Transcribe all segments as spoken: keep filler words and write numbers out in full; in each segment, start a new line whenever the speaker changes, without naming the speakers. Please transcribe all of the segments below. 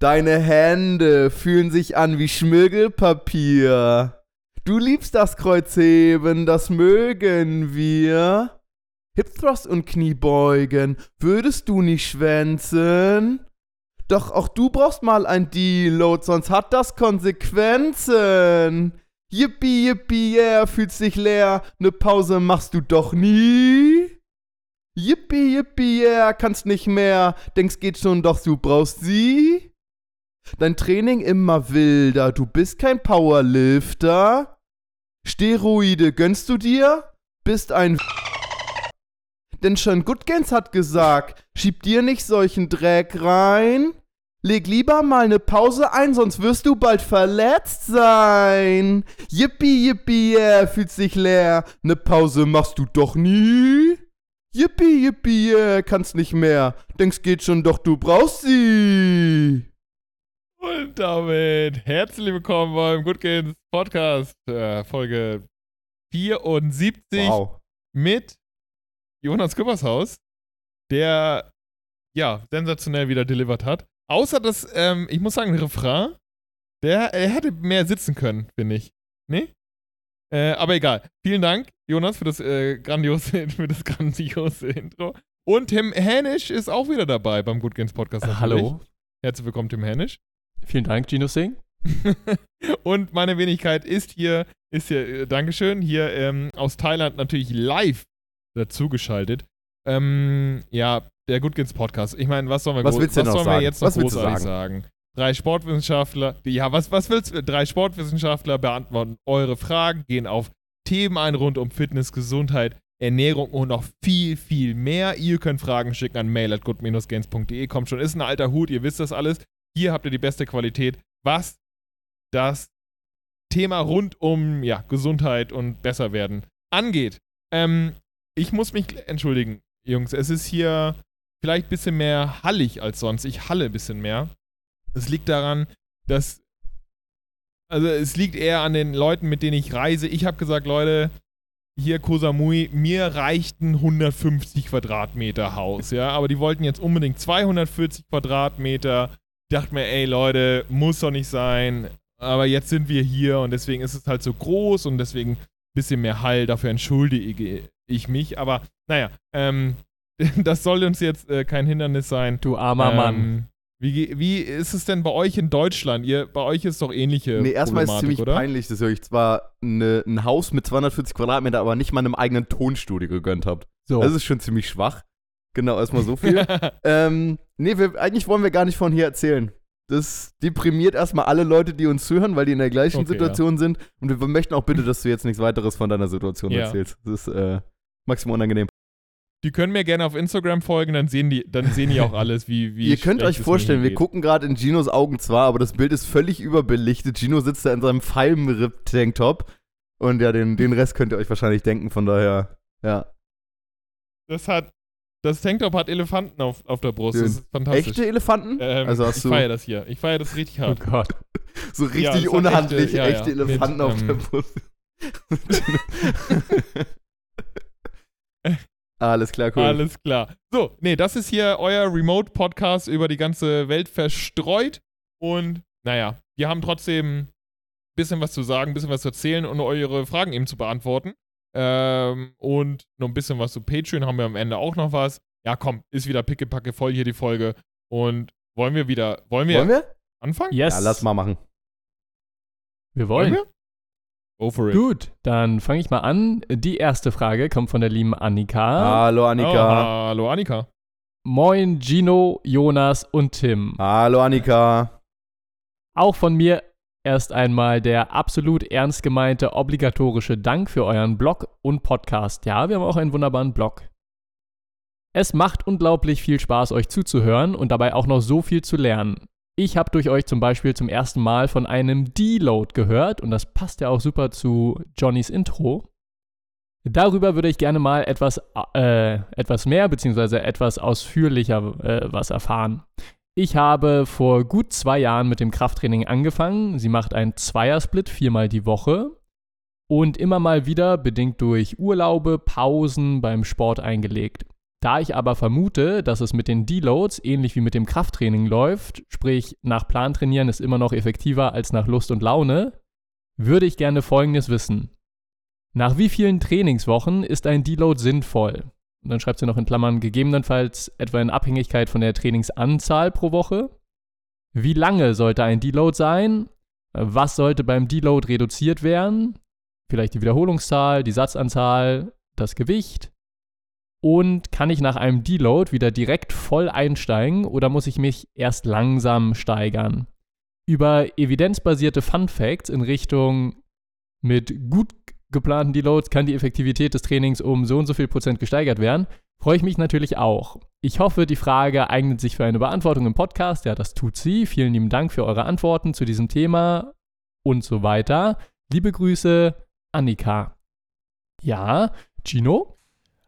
Deine Hände fühlen sich an wie Schmirgelpapier. Du liebst das Kreuzheben, das mögen wir. Hip Thrust und Kniebeugen, würdest du nicht schwänzen? Doch auch du brauchst mal ein Deload, sonst hat das Konsequenzen. Yippie, yippie, yeah, fühlst dich leer, ne Pause machst du doch nie. Yippie, yippie, yeah, kannst nicht mehr, denkst geht schon, doch du brauchst sie. Dein Training immer wilder, du bist kein Powerlifter. Steroide gönnst du dir? Bist ein Denn schon Goodgens hat gesagt, schieb dir nicht solchen Dreck rein. Leg lieber mal ne Pause ein, sonst wirst du bald verletzt sein. Yippie, yippie, yeah, fühlt sich leer, ne Pause machst du doch nie. Yippie, yippie, yeah, kannst nicht mehr, denkst geht schon, doch du brauchst sie.
Und damit herzlich willkommen beim Goodgens Podcast, äh, Folge vierundsiebzig wow. Mit Jonas Küppershaus, der, ja, sensationell wieder delivered hat. Außer dass, ähm, ich muss sagen, der Refrain, der, er hätte mehr sitzen können, finde ich. Ne? Äh, aber egal. Vielen Dank, Jonas, für das, äh, grandiose, für das grandiose Intro. Und Tim Hänisch ist auch wieder dabei beim Goodgens Podcast.
Äh, hallo.
Herzlich willkommen, Tim Hänisch.
Vielen Dank, Gino Singh.
Und meine Wenigkeit ist hier, ist hier, äh, Dankeschön, hier ähm, aus Thailand natürlich live dazugeschaltet. Ähm, ja, der Goodgens Podcast. Ich meine, was sollen wir,
was willst du
was
noch
sollen
sagen?
wir jetzt noch
was
großartig sagen? sagen? Drei Sportwissenschaftler, ja, was, was willst du? Drei Sportwissenschaftler beantworten eure Fragen, gehen auf Themen ein rund um Fitness, Gesundheit, Ernährung und noch viel, viel mehr. Ihr könnt Fragen schicken an mail at good dash gains punkt de. Kommt schon, ist ein alter Hut, ihr wisst das alles. Hier habt ihr die beste Qualität, was das Thema rund um ja, Gesundheit und Besserwerden angeht. Ähm, ich muss mich entschuldigen, Jungs. Es ist hier vielleicht ein bisschen mehr hallig als sonst. Ich halle ein bisschen mehr. Es liegt daran, dass also es liegt eher an den Leuten, mit denen ich reise. Ich habe gesagt, Leute, hier Koh Samui, mir reicht ein hundertfünfzig Quadratmeter Haus, ja, aber die wollten jetzt unbedingt zweihundertvierzig Quadratmeter. Ich dachte mir, ey Leute, muss doch nicht sein, aber jetzt sind wir hier und deswegen ist es halt so groß und deswegen ein bisschen mehr Hall, dafür entschuldige ich mich, aber naja, ähm, das soll uns jetzt äh, kein Hindernis sein.
Du armer
ähm,
Mann.
Wie, wie ist es denn bei euch in Deutschland? Ihr, bei euch ist doch ähnliche
Nee, erstmal ist es ziemlich
oder?
peinlich, dass ihr euch zwar eine, ein Haus mit zweihundertvierzig Quadratmeter, aber nicht mal einem eigenen Tonstudio gegönnt habt.
So.
Das ist schon ziemlich schwach. Genau, erstmal so viel. ähm, nee, wir, eigentlich wollen wir gar nicht von hier erzählen. Das deprimiert erstmal alle Leute, die uns zuhören, weil die in der gleichen
okay,
Situation
ja.
sind. Und wir möchten auch bitte, dass du jetzt nichts weiteres von deiner Situation
ja.
erzählst. Das ist äh, maximal unangenehm.
Die können mir gerne auf Instagram folgen, dann sehen die, dann sehen die auch alles, wie, wie
Ihr könnt euch vorstellen, wir gucken gerade in Ginos Augen zwar, aber das Bild ist völlig überbelichtet. Gino sitzt da in seinem Falm-Rip-Tanktop. Und ja, den, den Rest könnt ihr euch wahrscheinlich denken, von daher, ja.
Das hat, das Tanktop hat Elefanten auf, auf der Brust, das ist fantastisch.
Echte Elefanten?
Ähm,
also hast
ich
du
feiere das hier, ich feiere das richtig hart.
Oh Gott.
So richtig
ja,
unhandlich,
echte, ja,
echte
ja,
Elefanten
mit,
auf
ähm,
der Brust. Alles klar, cool.
Alles klar. So, nee, das ist hier euer Remote-Podcast über die ganze Welt verstreut. Und, naja, wir haben trotzdem ein bisschen was zu sagen, ein bisschen was zu erzählen und eure Fragen eben zu beantworten. Ähm, und noch ein bisschen was zu Patreon haben wir am Ende auch noch was. Ja, komm, ist wieder pickepacke voll hier die Folge. Und wollen wir wieder, wollen wir,
wollen wir?
anfangen?
Yes.
Ja, lass mal machen.
Wir wollen.
wollen wir? Go for it.
Gut, dann fange ich mal an. Die erste Frage kommt von der lieben Annika.
Hallo
Oh,
Annika.
hallo Annika.
Moin Gino, Jonas und Tim.
Hallo Annika.
Auch von mir erst einmal der absolut ernst gemeinte obligatorische Dank für euren Blog und Podcast. Ja, wir haben auch einen wunderbaren Blog. Es macht unglaublich viel Spaß, euch zuzuhören und dabei auch noch so viel zu lernen. Ich habe durch euch zum Beispiel zum ersten Mal von einem Deload gehört und das passt ja auch super zu Johnnys Intro. Darüber würde ich gerne mal etwas, äh, etwas mehr bzw. etwas ausführlicher äh, was erfahren. Ich habe vor gut zwei Jahren mit dem Krafttraining angefangen. Sie macht einen Zweiersplit viermal die Woche und immer mal wieder, bedingt durch Urlaube, Pausen beim Sport eingelegt. Da ich aber vermute, dass es mit den Deloads ähnlich wie mit dem Krafttraining läuft, sprich nach Plan trainieren ist immer noch effektiver als nach Lust und Laune, würde ich gerne Folgendes wissen. Nach wie vielen Trainingswochen ist ein Deload sinnvoll? Und dann schreibt sie noch in Klammern, gegebenenfalls etwa in Abhängigkeit von der Trainingsanzahl pro Woche. Wie lange sollte ein Deload sein? Was sollte beim Deload reduziert werden? Vielleicht die Wiederholungszahl, die Satzanzahl, das Gewicht. Und kann ich nach einem Deload wieder direkt voll einsteigen oder muss ich mich erst langsam steigern? Über evidenzbasierte Fun Facts in Richtung mit gut geplanten Deloads kann die Effektivität des Trainings um so und so viel Prozent gesteigert werden, freue ich mich natürlich auch. Ich hoffe, die Frage eignet sich für eine Beantwortung im Podcast. Ja, das tut sie. Vielen lieben Dank für eure Antworten zu diesem Thema und so weiter. Liebe Grüße, Annika. Ja, Gino?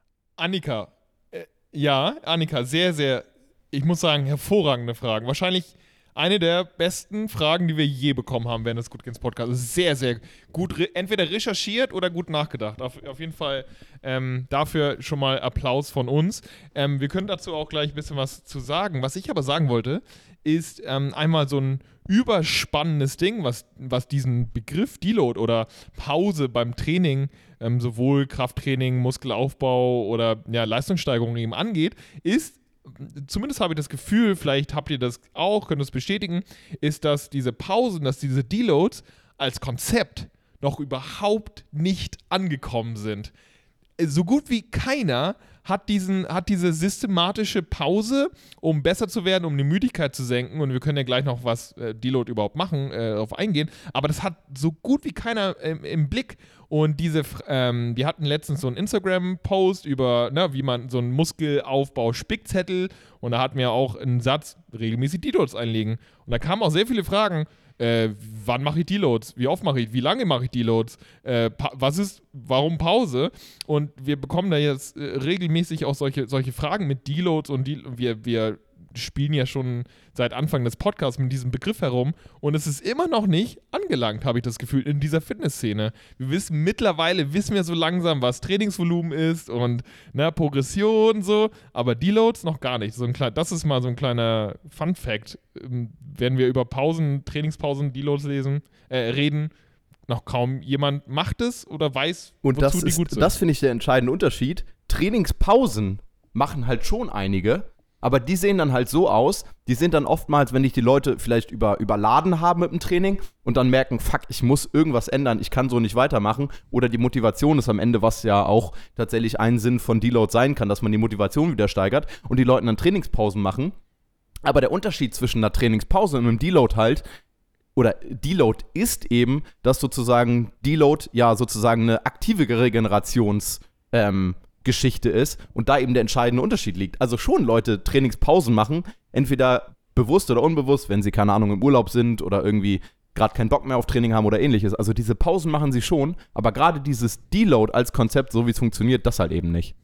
Annika. Äh, ja, Annika, sehr, sehr, ich muss sagen, hervorragende Fragen. Wahrscheinlich eine der besten Fragen, die wir je bekommen haben während des Gutgehens Podcasts. Sehr, sehr gut, re- entweder recherchiert oder gut nachgedacht. Auf, auf jeden Fall ähm, dafür schon mal Applaus von uns. Ähm, wir können dazu auch gleich ein bisschen was zu sagen. Was ich aber sagen wollte, ist ähm, einmal so ein überspannendes Ding, was, was diesen Begriff Deload oder Pause beim Training, ähm, sowohl Krafttraining, Muskelaufbau oder ja, Leistungssteigerung eben angeht, ist, zumindest habe ich das Gefühl, vielleicht habt ihr das auch, könnt ihr es bestätigen, ist, dass diese Pausen, dass diese Deloads als Konzept noch überhaupt nicht angekommen sind. So gut wie keiner hat, diesen, hat diese systematische Pause, um besser zu werden, um die Müdigkeit zu senken, und wir können ja gleich noch, was äh, Deload überhaupt machen, äh, darauf eingehen, aber das hat so gut wie keiner ähm, im Blick. Und diese, ähm, wir hatten letztens so einen Instagram-Post über, ne, wie man so einen Muskelaufbau-Spickzettel, und da hatten wir auch einen Satz, regelmäßig Deloads einlegen. Und da kamen auch sehr viele Fragen, äh, wann mache ich Deloads? Wie oft mache ich? Wie lange mache ich Deloads? Äh, pa- was ist, warum Pause? Und wir bekommen da jetzt äh, regelmäßig auch solche, solche Fragen mit Deloads, und die, wir, wir spielen ja schon seit Anfang des Podcasts mit diesem Begriff herum, und es ist immer noch nicht angelangt, habe ich das Gefühl, in dieser Fitnessszene. Wir wissen mittlerweile, wissen wir so langsam, was Trainingsvolumen ist und ne, Progression so, aber Deloads noch gar nicht. So ein klein, das ist mal so ein kleiner Fun-Fact. Ähm, wenn wir über Pausen, Trainingspausen, Deloads lesen, äh, reden, noch kaum jemand macht es oder weiß,
und
wozu
das
die
ist,
gut sind.
das finde ich der entscheidende Unterschied. Trainingspausen machen halt schon einige, aber die sehen dann halt so aus, die sind dann oftmals, wenn dich die Leute vielleicht über, überladen haben mit dem Training und dann merken, fuck, ich muss irgendwas ändern, ich kann so nicht weitermachen, oder die Motivation ist am Ende, was ja auch tatsächlich ein Sinn von Deload sein kann, dass man die Motivation wieder steigert und die Leute dann Trainingspausen machen. Aber der Unterschied zwischen einer Trainingspause und einem Deload halt, oder Deload ist eben, dass sozusagen Deload ja sozusagen eine aktive Regenerations- ähm, Geschichte ist und da eben der entscheidende Unterschied liegt. Also schon Leute Trainingspausen machen, entweder bewusst oder unbewusst, wenn sie, keine Ahnung, im Urlaub sind oder irgendwie gerade keinen Bock mehr auf Training haben oder ähnliches. Also diese Pausen machen sie schon, aber gerade dieses Deload als Konzept, so wie es funktioniert, das halt eben nicht.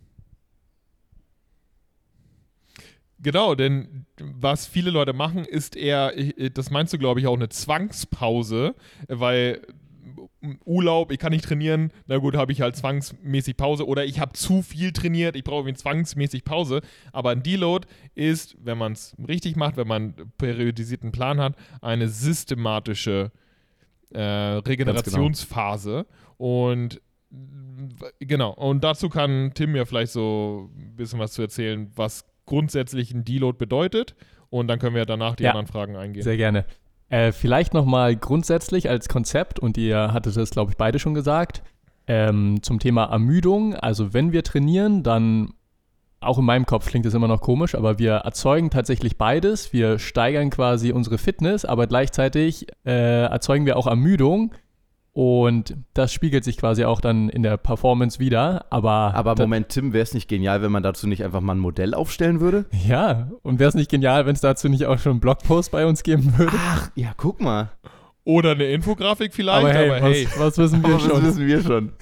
Genau, denn was viele Leute machen, ist eher, das meinst du, glaube ich, auch eine Zwangspause, weil Urlaub, ich kann nicht trainieren, na gut, habe ich halt zwangsmäßig Pause, oder ich habe zu viel trainiert, ich brauche zwangsmäßig Pause, aber ein Deload ist, wenn man es richtig macht, wenn man einen periodisierten Plan hat, eine systematische äh, Regenerationsphase, und genau, und dazu kann Tim ja vielleicht so ein bisschen was zu erzählen, was grundsätzlich ein Deload bedeutet, und dann können wir danach die
ja,
anderen Fragen eingehen.
Sehr gerne. Äh, vielleicht nochmal grundsätzlich als Konzept, und ihr hattet es, glaube ich, beide schon gesagt, ähm, zum Thema Ermüdung. Also wenn wir trainieren, dann, auch in meinem Kopf klingt das immer noch komisch, aber wir erzeugen tatsächlich beides. Wir steigern quasi unsere Fitness, aber gleichzeitig äh, erzeugen wir auch Ermüdung. Und das spiegelt sich quasi auch dann in der Performance wieder. Aber,
Aber
da,
Moment, Tim, wäre es nicht genial, wenn man dazu nicht einfach mal ein Modell aufstellen würde?
Ja, und wäre es nicht genial, wenn es dazu nicht auch schon einen Blogpost bei uns geben würde?
Ach, ja, guck mal.
Oder eine Infografik vielleicht,
Aber hey,
aber
was,
hey.
was wissen wir
Aber
schon?
das wissen wir schon.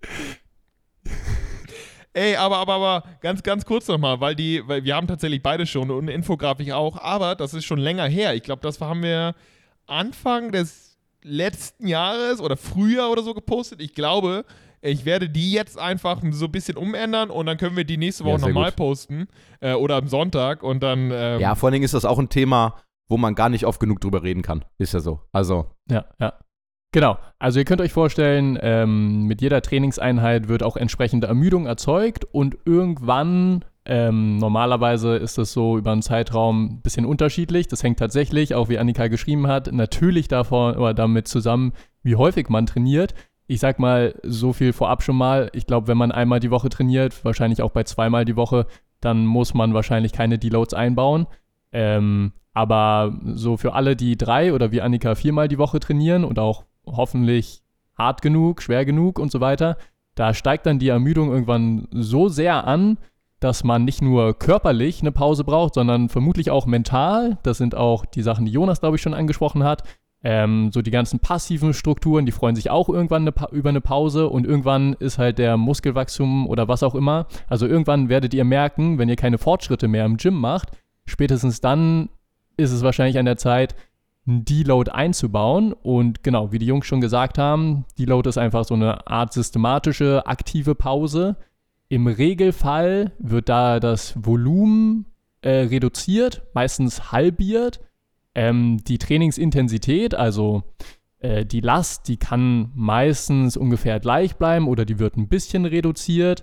Ey, aber, aber, aber, ganz, ganz kurz nochmal, weil die, weil wir haben tatsächlich beide schon und eine Infografik auch, aber das ist schon länger her. Ich glaube, das haben wir Anfang des letzten Jahres oder Frühjahr oder so gepostet. Ich glaube, Ich werde die jetzt einfach so ein bisschen umändern und dann können wir die nächste Woche
Ja, sehr
nochmal
gut.
posten. Äh, oder am Sonntag und dann. Ähm,
Ja, vor allen Dingen ist das auch ein Thema, wo man gar nicht oft genug drüber reden kann. Ist ja so. Also,
Ja, ja. Genau. Also ihr könnt euch vorstellen, ähm, mit jeder Trainingseinheit wird auch entsprechende Ermüdung erzeugt und irgendwann, ähm, normalerweise ist das so über einen Zeitraum ein bisschen unterschiedlich. Das hängt tatsächlich, auch wie Annika geschrieben hat, natürlich davon oder damit zusammen, wie häufig man trainiert. Ich sag mal so viel vorab schon mal. Ich glaube, wenn man einmal die Woche trainiert, wahrscheinlich auch bei zweimal die Woche, dann muss man wahrscheinlich keine Deloads einbauen. Ähm, aber so für alle, die drei oder wie Annika viermal die Woche trainieren und auch hoffentlich hart genug, schwer genug und so weiter, da steigt dann die Ermüdung irgendwann so sehr an, dass man nicht nur körperlich eine Pause braucht, sondern vermutlich auch mental. Das sind auch die Sachen, die Jonas, glaube ich, schon angesprochen hat. Ähm, so die ganzen passiven Strukturen, die freuen sich auch irgendwann eine pa- über eine Pause und irgendwann ist halt der Muskelwachstum oder was auch immer. Also irgendwann werdet ihr merken, wenn ihr keine Fortschritte mehr im Gym macht, spätestens dann ist es wahrscheinlich an der Zeit, einen Deload einzubauen. Und genau, wie die Jungs schon gesagt haben, Deload ist einfach so eine Art systematische, aktive Pause. Im Regelfall wird da das Volumen äh, reduziert, meistens halbiert. Ähm, die Trainingsintensität, also äh, die Last, die kann meistens ungefähr gleich bleiben oder die wird ein bisschen reduziert.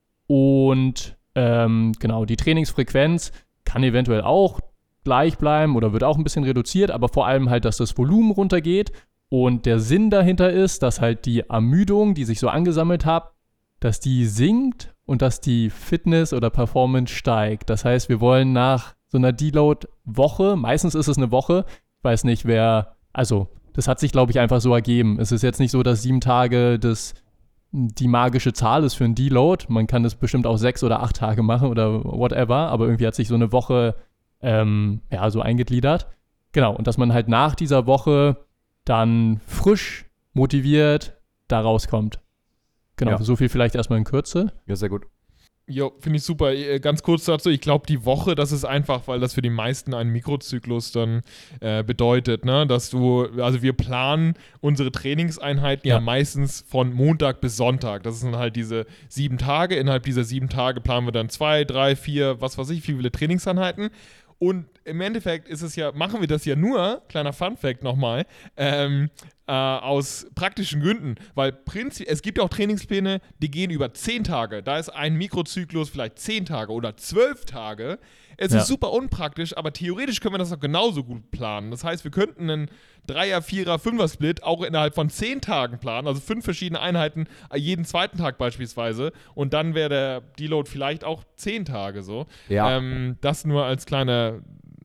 Und ähm, genau, die Trainingsfrequenz kann eventuell auch gleich bleiben oder wird auch ein bisschen reduziert, aber vor allem halt, dass das Volumen runtergeht und der Sinn dahinter ist, dass halt die Ermüdung, die sich so angesammelt hat, dass die sinkt und dass die Fitness oder Performance steigt. Das heißt, wir wollen nach so einer Deload-Woche, meistens ist es eine Woche, ich weiß nicht, wer, also das hat sich, glaube ich, einfach so ergeben. Es ist jetzt nicht so, dass sieben Tage das die magische Zahl ist für einen Deload. Man kann das bestimmt auch sechs oder acht Tage machen oder whatever, aber irgendwie hat sich so eine Woche Ähm, ja, so eingegliedert. Genau, und dass man halt nach dieser Woche dann frisch motiviert da rauskommt. Genau,
Ja.
so viel vielleicht erstmal in Kürze.
ja, sehr gut.
Jo, finde ich super. Äh, Ganz kurz dazu, ich glaube, die Woche, das ist einfach, weil das für die meisten einen Mikrozyklus dann äh, bedeutet, ne? Dass du, also wir planen unsere Trainingseinheiten ja.
Ja.
meistens von Montag bis Sonntag. Das sind halt diese sieben Tage. Innerhalb dieser sieben Tage planen wir dann zwei, drei, vier, was weiß ich, wie viele Trainingseinheiten. Und im Endeffekt ist es ja, machen wir das ja nur, kleiner Funfact nochmal, ähm, äh, aus praktischen Gründen, weil Prinzip, es gibt ja auch Trainingspläne, die gehen über zehn Tage. Da ist ein Mikrozyklus vielleicht zehn Tage oder zwölf Tage. Es
Ja.
ist super unpraktisch, aber theoretisch können wir das auch genauso gut planen. Das heißt, wir könnten einen Dreier-, Vierer-, Fünfer-Split auch innerhalb von zehn Tagen planen, also fünf verschiedene Einheiten, jeden zweiten Tag beispielsweise. Und dann wäre der Deload vielleicht auch zehn Tage so.
Ja.
Ähm, das nur als kleiner,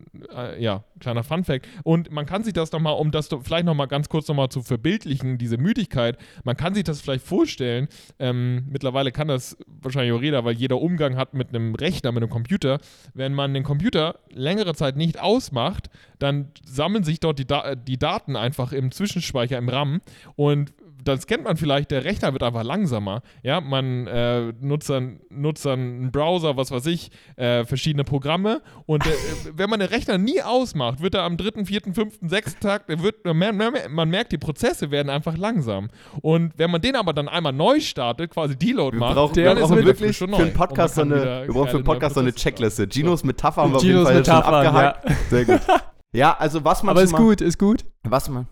äh, ja, kleiner Funfact. Und man kann sich das nochmal, um das do- vielleicht nochmal ganz kurz nochmal zu verbildlichen, diese Müdigkeit, man kann sich das vielleicht vorstellen, ähm, mittlerweile kann das wahrscheinlich auch jeder, weil jeder Umgang hat mit einem Rechner, mit einem Computer. Wenn man den Computer längere Zeit nicht ausmacht, dann sammeln sich dort die, da- die Daten einfach im Zwischenspeicher, im RAM und das kennt man vielleicht, der Rechner wird einfach langsamer. Ja, man äh, nutzt, dann, nutzt dann einen Browser, was weiß ich, äh, verschiedene Programme und äh, wenn man den Rechner nie ausmacht, wird er am dritten, vierten, fünften, sechsten Tag, der wird, man, man merkt, die Prozesse werden einfach langsam. Und wenn man den aber dann einmal neu startet, quasi Deload
Wir
macht,
brauchen,
dann
wir
ist
brauchen
er wieder
wirklich
frisch
für
und
einen
neu.
Podcast so
Und man kann
eine,
wieder
wir brauchen für einen
geile neue
Podcast so eine
Prozesse
Checkliste.
starten.
Ginos Metapher haben wir auf jeden
Ginos
Fall jetzt schon
Metaphern,
abgehakt.
ja.
Sehr gut. Ja, also was man
Aber
schon
ist
mal,
gut, ist gut.
was man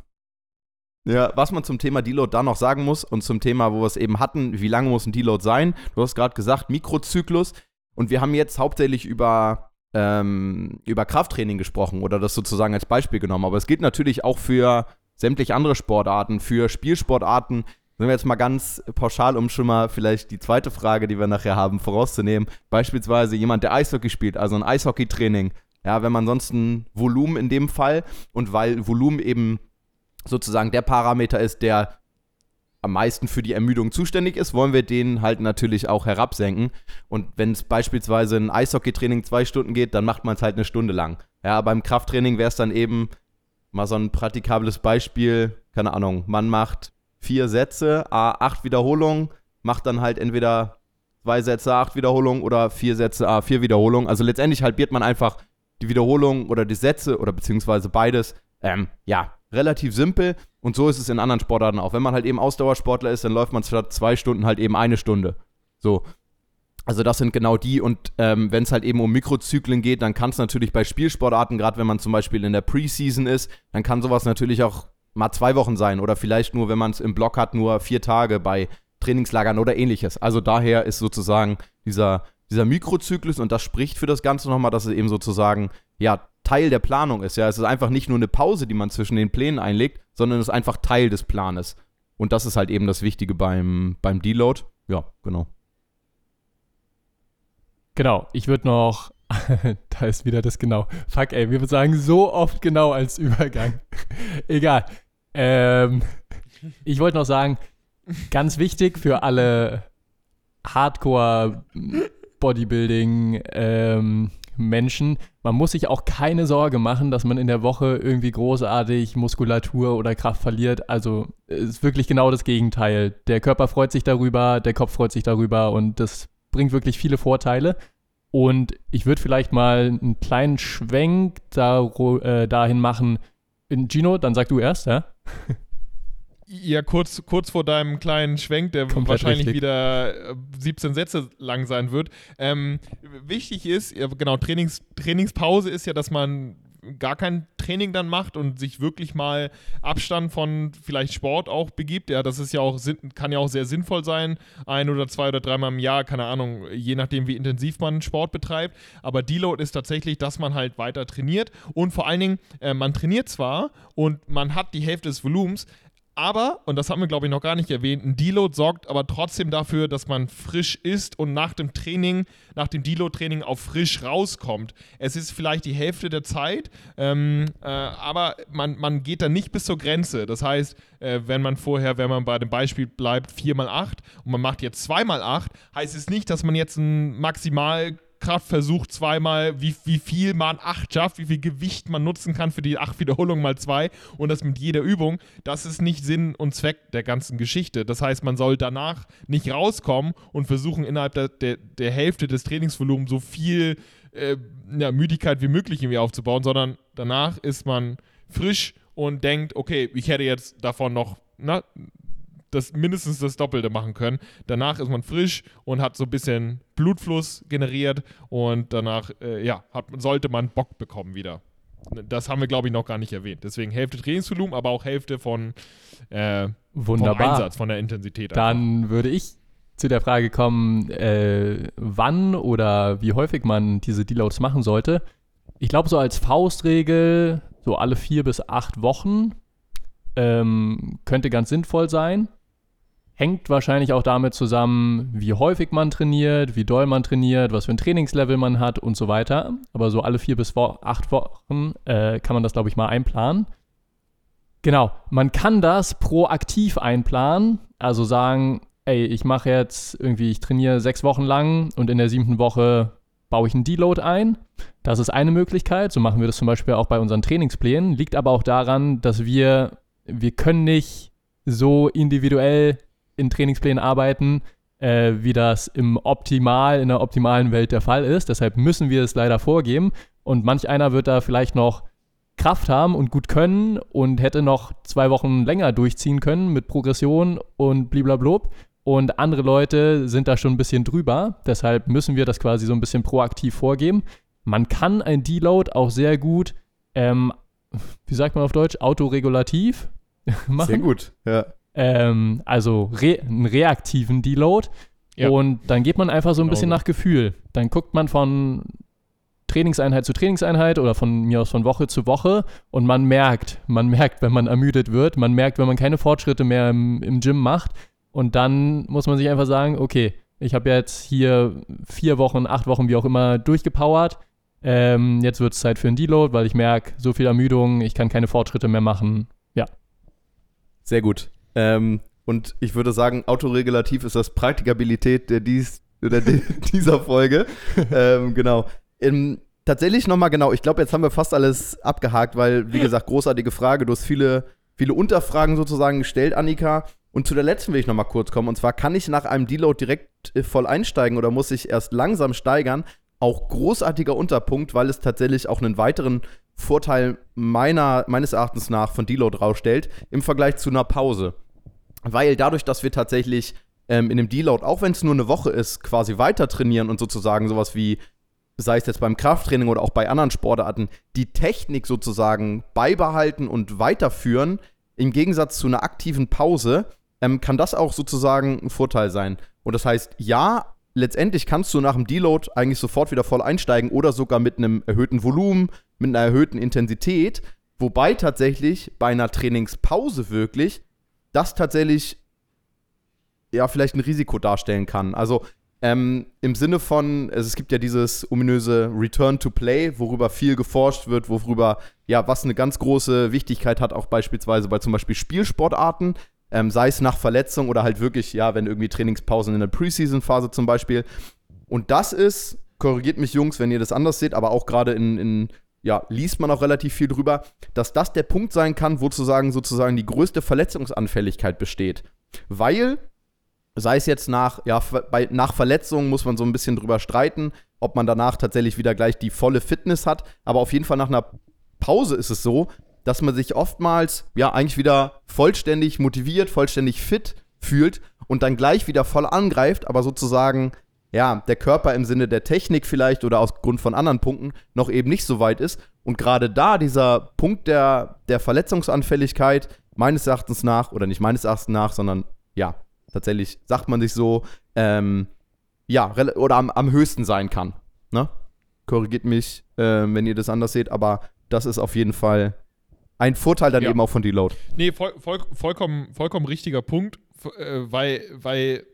Ja, was man zum Thema Deload da noch sagen muss und zum Thema, wo wir es eben hatten, wie lange muss ein Deload sein? Du hast gerade gesagt, Mikrozyklus. Und wir haben jetzt hauptsächlich über, ähm, über Krafttraining gesprochen oder das sozusagen als Beispiel genommen. Aber es gilt natürlich auch für sämtliche andere Sportarten, für Spielsportarten. Sind wir jetzt mal ganz pauschal, um schon mal vielleicht die zweite Frage, die wir nachher haben, vorauszunehmen. Beispielsweise jemand, der Eishockey spielt, also ein Eishockeytraining. Ja, wenn man sonst ein Volumen in dem Fall und weil Volumen eben sozusagen der Parameter ist, der am meisten für die Ermüdung zuständig ist, wollen wir den halt natürlich auch herabsenken. Und wenn es beispielsweise ein Eishockeytraining zwei Stunden geht, dann macht man es halt eine Stunde lang. Ja, beim Krafttraining wäre es dann eben mal so ein praktikables Beispiel, keine Ahnung, man macht vier Sätze, a acht Wiederholungen, macht dann halt entweder zwei Sätze, acht Wiederholungen oder vier Sätze, a vier Wiederholungen. Also letztendlich halbiert man einfach die Wiederholungen oder die Sätze oder beziehungsweise beides, ähm, ja, relativ simpel und so ist es in anderen Sportarten auch. Wenn man halt eben Ausdauersportler ist, dann läuft man statt zwei Stunden halt eben eine Stunde. So. Also das sind genau die und ähm, wenn es halt eben um Mikrozyklen geht, dann kann es natürlich bei Spielsportarten, gerade wenn man zum Beispiel in der Preseason ist, dann kann sowas natürlich auch mal zwei Wochen sein oder vielleicht nur, wenn man es im Block hat, nur vier Tage bei Trainingslagern oder ähnliches. Also daher ist sozusagen dieser, dieser Mikrozyklus und das spricht für das Ganze nochmal, dass es eben sozusagen, ja, Teil der Planung ist. Ja, es ist einfach nicht nur eine Pause, die man zwischen den Plänen einlegt, sondern es ist einfach Teil des Planes. Und das ist halt eben das Wichtige beim, beim Deload. Ja, genau.
Genau, ich würde noch, da ist wieder das genau. Fuck, ey, wir sagen so oft genau als Übergang. Egal. Ähm, ich wollte noch sagen, ganz wichtig für alle Hardcore-Bodybuilding ähm, Menschen, man muss sich auch keine Sorge machen, dass man in der Woche irgendwie großartig Muskulatur oder Kraft verliert. Also es ist wirklich genau das Gegenteil. Der Körper freut sich darüber, der Kopf freut sich darüber und das bringt wirklich viele Vorteile. Und ich würde vielleicht mal einen kleinen Schwenk da, äh, dahin machen. In Gino, dann sag du erst, ja?
Ja, kurz, kurz vor deinem kleinen Schwenk, der
Komplett
wahrscheinlich
richtig.
wieder siebzehn Sätze lang sein wird. Ähm, wichtig ist, ja, genau, Trainings, Trainingspause ist ja, dass man gar kein Training dann macht und sich wirklich mal Abstand von vielleicht Sport auch begibt. Ja, das ist ja auch, kann ja auch sehr sinnvoll sein, ein oder zwei oder dreimal im Jahr, keine Ahnung, je nachdem, wie intensiv man Sport betreibt. Aber Deload ist tatsächlich, dass man halt weiter trainiert und vor allen Dingen, äh, man trainiert zwar und man hat die Hälfte des Volumens, aber, und das haben wir, glaube ich, noch gar nicht erwähnt, ein Deload sorgt aber trotzdem dafür, dass man frisch ist und nach dem Training, nach dem Deload-Training auch frisch rauskommt. Es ist vielleicht die Hälfte der Zeit, ähm, äh, aber man, man geht dann nicht bis zur Grenze. Das heißt, äh, wenn man vorher, wenn man bei dem Beispiel bleibt, vier mal acht und man macht jetzt zwei mal acht, heißt es nicht, dass man jetzt ein maximal Kraftversuch zweimal, wie, wie viel man acht schafft, wie viel Gewicht man nutzen kann für die acht Wiederholungen mal zwei und das mit jeder Übung, das ist nicht Sinn und Zweck der ganzen Geschichte. Das heißt, man soll danach nicht rauskommen und versuchen, innerhalb der, der, der Hälfte des Trainingsvolumens so viel äh, ja, Müdigkeit wie möglich irgendwie aufzubauen, sondern danach ist man frisch und denkt, okay, ich hätte jetzt davon noch, na, das mindestens das Doppelte machen können. Danach ist man frisch und hat so ein bisschen Blutfluss generiert und danach, äh, ja, hat, sollte man Bock bekommen wieder. Das haben wir, glaube ich, noch gar nicht erwähnt. Deswegen Hälfte Trainingsvolumen, aber auch Hälfte von äh,
Wunderbar.
vom Einsatz, von der Intensität. Einfach.
Dann würde ich zu der Frage kommen, äh, wann oder wie häufig man diese Deloads machen sollte. Ich glaube, so als Faustregel, so alle vier bis acht Wochen ähm, könnte ganz sinnvoll sein. Hängt wahrscheinlich auch damit zusammen, wie häufig man trainiert, wie doll man trainiert, was für ein Trainingslevel man hat und so weiter. Aber so alle vier bis wo- acht Wochen äh, kann man das, glaube ich, mal einplanen. Genau, man kann das proaktiv einplanen, also sagen, ey, ich mache jetzt irgendwie, ich trainiere sechs Wochen lang und in der siebten Woche baue ich einen Deload ein. Das ist eine Möglichkeit, so machen wir das zum Beispiel auch bei unseren Trainingsplänen, liegt aber auch daran, dass wir, wir können nicht so individuell in Trainingsplänen arbeiten, äh, wie das im Optimal, in der optimalen Welt der Fall ist. Deshalb müssen wir es leider vorgeben. Und manch einer wird da vielleicht noch Kraft haben und gut können und hätte noch zwei Wochen länger durchziehen können mit Progression und bliblablub. Und andere Leute sind da schon ein bisschen drüber. Deshalb müssen wir das quasi so ein bisschen proaktiv vorgeben. Man kann ein Deload auch sehr gut, ähm, wie sagt man auf Deutsch, autoregulativ machen.
Sehr gut, ja.
Ähm, also re- einen reaktiven Deload.
Ja.
Und dann geht man einfach so ein
Genau
bisschen
so.
nach Gefühl. Dann guckt man von Trainingseinheit zu Trainingseinheit oder von mir aus von Woche zu Woche und man merkt, man merkt, wenn man ermüdet wird, man merkt, wenn man keine Fortschritte mehr im, im Gym macht und dann muss man sich einfach sagen, okay, ich habe jetzt hier vier Wochen, acht Wochen, wie auch immer, durchgepowert. Ähm, jetzt wird es Zeit für einen Deload, weil ich merke, so viel Ermüdung, ich kann keine Fortschritte mehr machen. Ja.
Sehr gut. Ähm, und ich würde sagen, autoregulativ ist das Praktikabilität der dies, oder de, dieser Folge. ähm, genau. Ähm, tatsächlich nochmal genau, ich glaube, jetzt haben wir fast alles abgehakt, weil, wie gesagt, großartige Frage. Du hast viele, viele Unterfragen sozusagen gestellt, Annika. Und zu der letzten will ich nochmal kurz kommen. Und zwar, kann ich nach einem Deload direkt äh, voll einsteigen oder muss ich erst langsam steigern? Auch großartiger Unterpunkt, weil es tatsächlich auch einen weiteren Vorteil meiner, meines Erachtens nach von Deload rausstellt, im Vergleich zu einer Pause. Weil dadurch, dass wir tatsächlich ähm, in dem Deload, auch wenn es nur eine Woche ist, quasi weiter trainieren und sozusagen sowas wie, sei es jetzt beim Krafttraining oder auch bei anderen Sportarten, die Technik sozusagen beibehalten und weiterführen, im Gegensatz zu einer aktiven Pause, ähm, kann das auch sozusagen ein Vorteil sein. Und das heißt, ja, letztendlich kannst du nach dem Deload eigentlich sofort wieder voll einsteigen oder sogar mit einem erhöhten Volumen, mit einer erhöhten Intensität, wobei tatsächlich bei einer Trainingspause wirklich das tatsächlich ja vielleicht ein Risiko darstellen kann. Also ähm, im Sinne von, also es gibt ja dieses ominöse Return to Play, worüber viel geforscht wird, worüber, ja, was eine ganz große Wichtigkeit hat, auch beispielsweise bei zum Beispiel Spielsportarten, ähm, sei es nach Verletzung oder halt wirklich, ja, wenn irgendwie Trainingspausen in der Preseason-Phase zum Beispiel. Und das ist, korrigiert mich Jungs, wenn ihr das anders seht, aber auch gerade in, in ja, liest man auch relativ viel drüber, dass das der Punkt sein kann, wo sozusagen, sozusagen die größte Verletzungsanfälligkeit besteht. Weil, sei es jetzt nach, ja, bei, nach Verletzungen muss man so ein bisschen drüber streiten, ob man danach tatsächlich wieder gleich die volle Fitness hat, aber auf jeden Fall nach einer Pause ist es so, dass man sich oftmals, ja, eigentlich wieder vollständig motiviert, vollständig fit fühlt und dann gleich wieder voll angreift, aber sozusagen ja, der Körper im Sinne der Technik vielleicht oder aus Grund von anderen Punkten noch eben nicht so weit ist. Und gerade da dieser Punkt der, der Verletzungsanfälligkeit meines Erachtens nach, oder nicht meines Erachtens nach, sondern ja, tatsächlich sagt man sich so, ähm, ja, oder am, am höchsten sein kann. Ne? Korrigiert mich, äh, wenn ihr das anders seht, aber das ist auf jeden Fall ein Vorteil dann ja. eben auch von Deload.
Nee, voll, voll, vollkommen, vollkommen richtiger Punkt, äh, weil, weil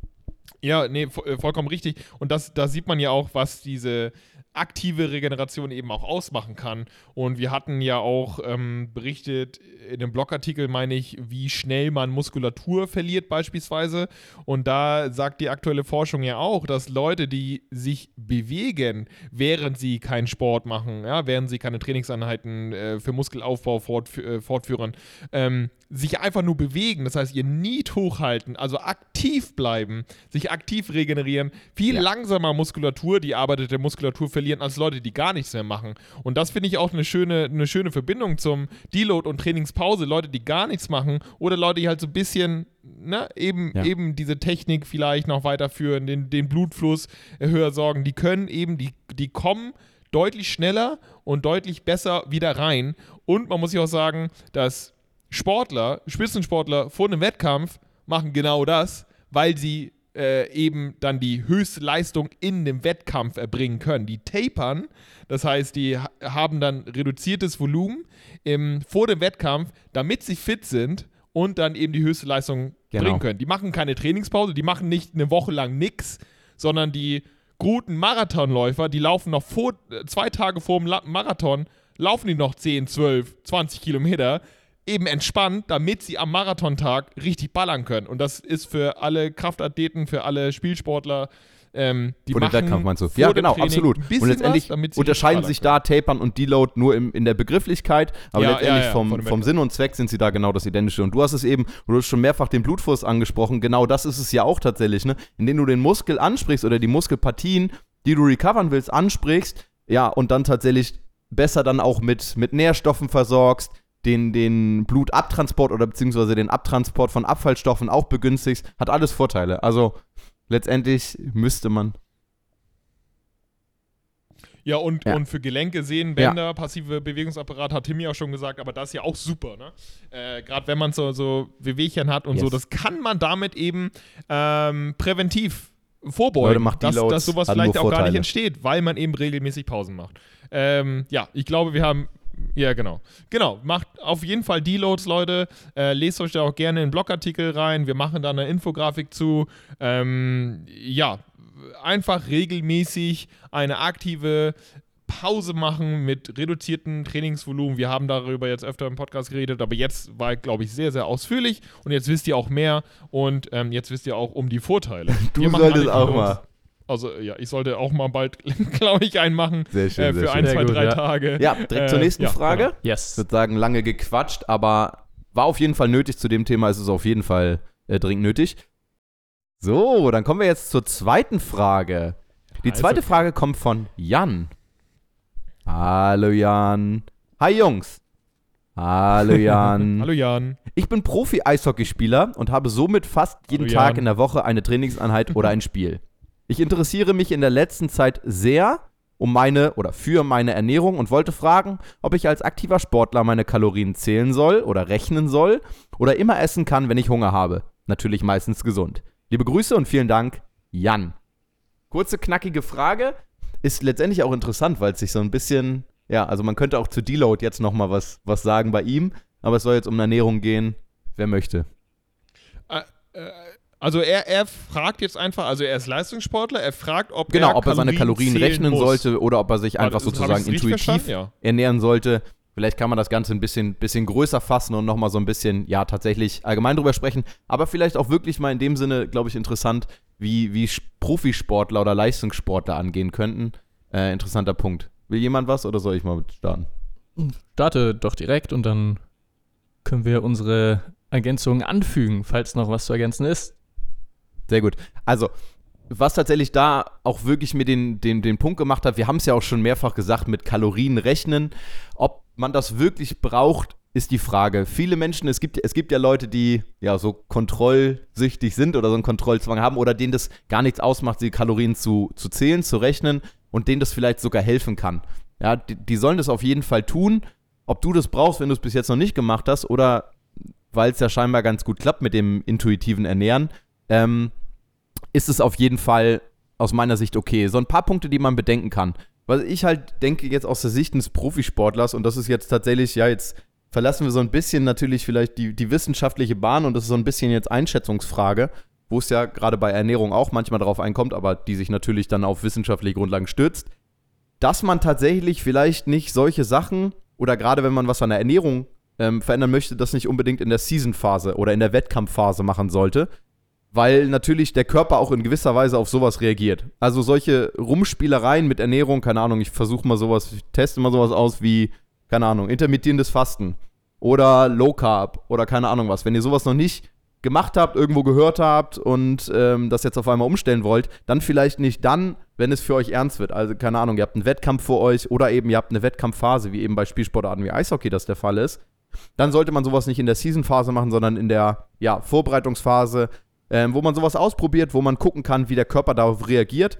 ja, nee, vollkommen richtig. Und das, da sieht man ja auch, was diese aktive Regeneration eben auch ausmachen kann. Und wir hatten ja auch ähm, berichtet in einem Blogartikel, meine ich, wie schnell man Muskulatur verliert beispielsweise. Und da sagt die aktuelle Forschung ja auch, dass Leute, die sich bewegen, während sie keinen Sport machen, ja, während sie keine Trainingseinheiten äh, für Muskelaufbau fortf- äh, fortführen, ähm, sich einfach nur bewegen, das heißt ihr Need hochhalten, also aktiv bleiben, sich aktiv regenerieren, viel ja. langsamer Muskulatur, die arbeitete Muskulatur verlieren, als Leute, die gar nichts mehr machen. Und das finde ich auch eine schöne, eine schöne Verbindung zum Deload und Trainingspause. Leute, die gar nichts machen oder Leute, die halt so ein bisschen, ne, eben, ja. eben diese Technik vielleicht noch weiterführen, den, den Blutfluss höher sorgen, die können eben, die, die kommen deutlich schneller und deutlich besser wieder rein. Und man muss sich auch sagen, dass Sportler, Spitzensportler vor einem Wettkampf machen genau das, weil sie äh, eben dann die höchste Leistung in dem Wettkampf erbringen können. Die tapern, das heißt, die ha- haben dann reduziertes Volumen im, vor dem Wettkampf, damit sie fit sind und dann eben die höchste Leistung genau. bringen können. Die machen keine Trainingspause, die machen nicht eine Woche lang nichts, sondern die guten Marathonläufer, die laufen noch vor, zwei Tage vor dem La- Marathon, laufen die noch zehn, zwölf, zwanzig Kilometer, eben entspannt, damit sie am Marathontag richtig ballern können. Und das ist für alle Kraftathleten, für alle Spielsportler, ähm, die
vor
machen
dem Wettkampf meinst du? Ja, genau, absolut. Und letztendlich was, unterscheiden sich da Tapern und Deload nur im, in der Begrifflichkeit, aber ja, letztendlich ja, ja, vom, vom Sinn und Zweck sind sie da genau das Identische. Und du hast es eben, du hast schon mehrfach den Blutfluss angesprochen, genau das ist es ja auch tatsächlich, ne? Indem du den Muskel ansprichst oder die Muskelpartien, die du recovern willst, ansprichst, ja, und dann tatsächlich besser dann auch mit, mit Nährstoffen versorgst, den, den Blutabtransport oder beziehungsweise den Abtransport von Abfallstoffen auch begünstigst, hat alles Vorteile. Also letztendlich müsste man.
Ja, und,
ja.
und für Gelenke, Sehnen, Bänder,
ja.
passive Bewegungsapparat, hat Tim ja auch schon gesagt, aber das ist ja auch super, ne? Äh, gerade wenn man so, so Wehwehchen hat und yes. so, das kann man damit eben ähm, präventiv vorbeugen,
macht
dass,
Deloads,
dass sowas vielleicht auch gar nicht entsteht, weil man eben regelmäßig Pausen macht. Ähm, ja, ich glaube, wir haben Ja, genau. Genau, macht auf jeden Fall Deloads, Leute. Äh, lest euch da auch gerne in Blogartikel rein. Wir machen da eine Infografik zu. Ähm, ja, einfach regelmäßig eine aktive Pause machen mit reduziertem Trainingsvolumen. Wir haben darüber jetzt öfter im Podcast geredet, aber jetzt war, glaube ich, sehr, sehr ausführlich. Und jetzt wisst ihr auch mehr und ähm, jetzt wisst ihr auch um die Vorteile.
Du solltest auch mal.
Also ja, ich sollte auch mal bald, glaube ich, einen machen.
Sehr schön,
äh, für
sehr
ein,
schön.
zwei,
Gut,
drei
ja.
Tage.
Ja, direkt äh, zur nächsten
ja,
Frage.
Genau.
Yes.
Ich würde sagen, lange gequatscht, aber war auf jeden Fall nötig. Zu dem Thema ist es auf jeden Fall äh, dringend nötig. So, dann kommen wir jetzt zur zweiten Frage. Die
Also,
zweite Frage kommt von Jan. Hallo Jan. Hi Jungs. Hallo Jan.
Hallo Jan.
Ich bin Profi-Eishockeyspieler und habe somit fast jeden
Hallo,
Tag
Jan.
in der Woche eine Trainingseinheit oder ein Spiel. Ich interessiere mich in der letzten Zeit sehr um meine oder für meine Ernährung und wollte fragen, ob ich als aktiver Sportler meine Kalorien zählen soll oder rechnen soll oder immer essen kann, wenn ich Hunger habe. Natürlich meistens gesund. Liebe Grüße und vielen Dank, Jan. Kurze, knackige Frage. Ist letztendlich auch interessant, weil es sich so ein bisschen, ja, also man könnte auch zu Deload jetzt nochmal was, was sagen bei ihm, aber es soll jetzt um Ernährung gehen, wer möchte.
Äh, äh, also er, er fragt jetzt einfach, also er ist Leistungssportler, er fragt, ob
Genau,
er
ob er seine Kalorien
zählen
rechnen
muss.
sollte oder ob er sich einfach
Warte, hab
sozusagen
ich's richtig
intuitiv
verstanden? Ja.
ernähren sollte. Vielleicht kann man das Ganze ein bisschen, bisschen größer fassen und nochmal so ein bisschen, ja, tatsächlich allgemein drüber sprechen. Aber vielleicht auch wirklich mal in dem Sinne, glaube ich, interessant, wie, wie Profisportler oder Leistungssportler angehen könnten. Äh, interessanter Punkt. Will jemand was oder soll ich mal starten?
Starte doch direkt und dann können wir unsere Ergänzungen anfügen, falls noch was zu ergänzen ist.
Sehr gut. Also, was tatsächlich da auch wirklich mir den, den, den Punkt gemacht hat, wir haben es ja auch schon mehrfach gesagt, mit Kalorien rechnen. Ob man das wirklich braucht, ist die Frage. Viele Menschen, es gibt, es gibt ja Leute, die ja so kontrollsüchtig sind oder so einen Kontrollzwang haben oder denen das gar nichts ausmacht, die Kalorien zu, zu zählen, zu rechnen und denen das vielleicht sogar helfen kann. Ja, die, die sollen das auf jeden Fall tun. Ob du das brauchst, wenn du es bis jetzt noch nicht gemacht hast oder weil es ja scheinbar ganz gut klappt mit dem intuitiven Ernähren, ähm, ist es auf jeden Fall aus meiner Sicht okay. So ein paar Punkte, die man bedenken kann. Was ich halt denke jetzt aus der Sicht eines Profisportlers, und das ist jetzt tatsächlich, ja, jetzt verlassen wir so ein bisschen natürlich vielleicht die, die wissenschaftliche Bahn und das ist so ein bisschen jetzt Einschätzungsfrage, wo es ja gerade bei Ernährung auch manchmal darauf einkommt, aber die sich natürlich dann auf wissenschaftliche Grundlagen stützt, dass man tatsächlich vielleicht nicht solche Sachen oder gerade wenn man was an der Ernährung ähm, verändern möchte, das nicht unbedingt in der Season-Phase oder in der Wettkampfphase machen sollte, weil natürlich der Körper auch in gewisser Weise auf sowas reagiert. Also solche Rumspielereien mit Ernährung, keine Ahnung, ich versuche mal sowas, ich teste mal sowas aus wie, keine Ahnung, intermittierendes Fasten oder Low Carb oder keine Ahnung was. Wenn ihr sowas noch nicht gemacht habt, irgendwo gehört habt und ähm, das jetzt auf einmal umstellen wollt, dann vielleicht nicht dann, wenn es für euch ernst wird. Also keine Ahnung, ihr habt einen Wettkampf vor euch oder eben ihr habt eine Wettkampfphase, wie eben bei Spielsportarten wie Eishockey das der Fall ist. Dann sollte man sowas nicht in der Season-Phase machen, sondern in der ja, Vorbereitungsphase, Ähm, wo man sowas ausprobiert, wo man gucken kann, wie der Körper darauf reagiert.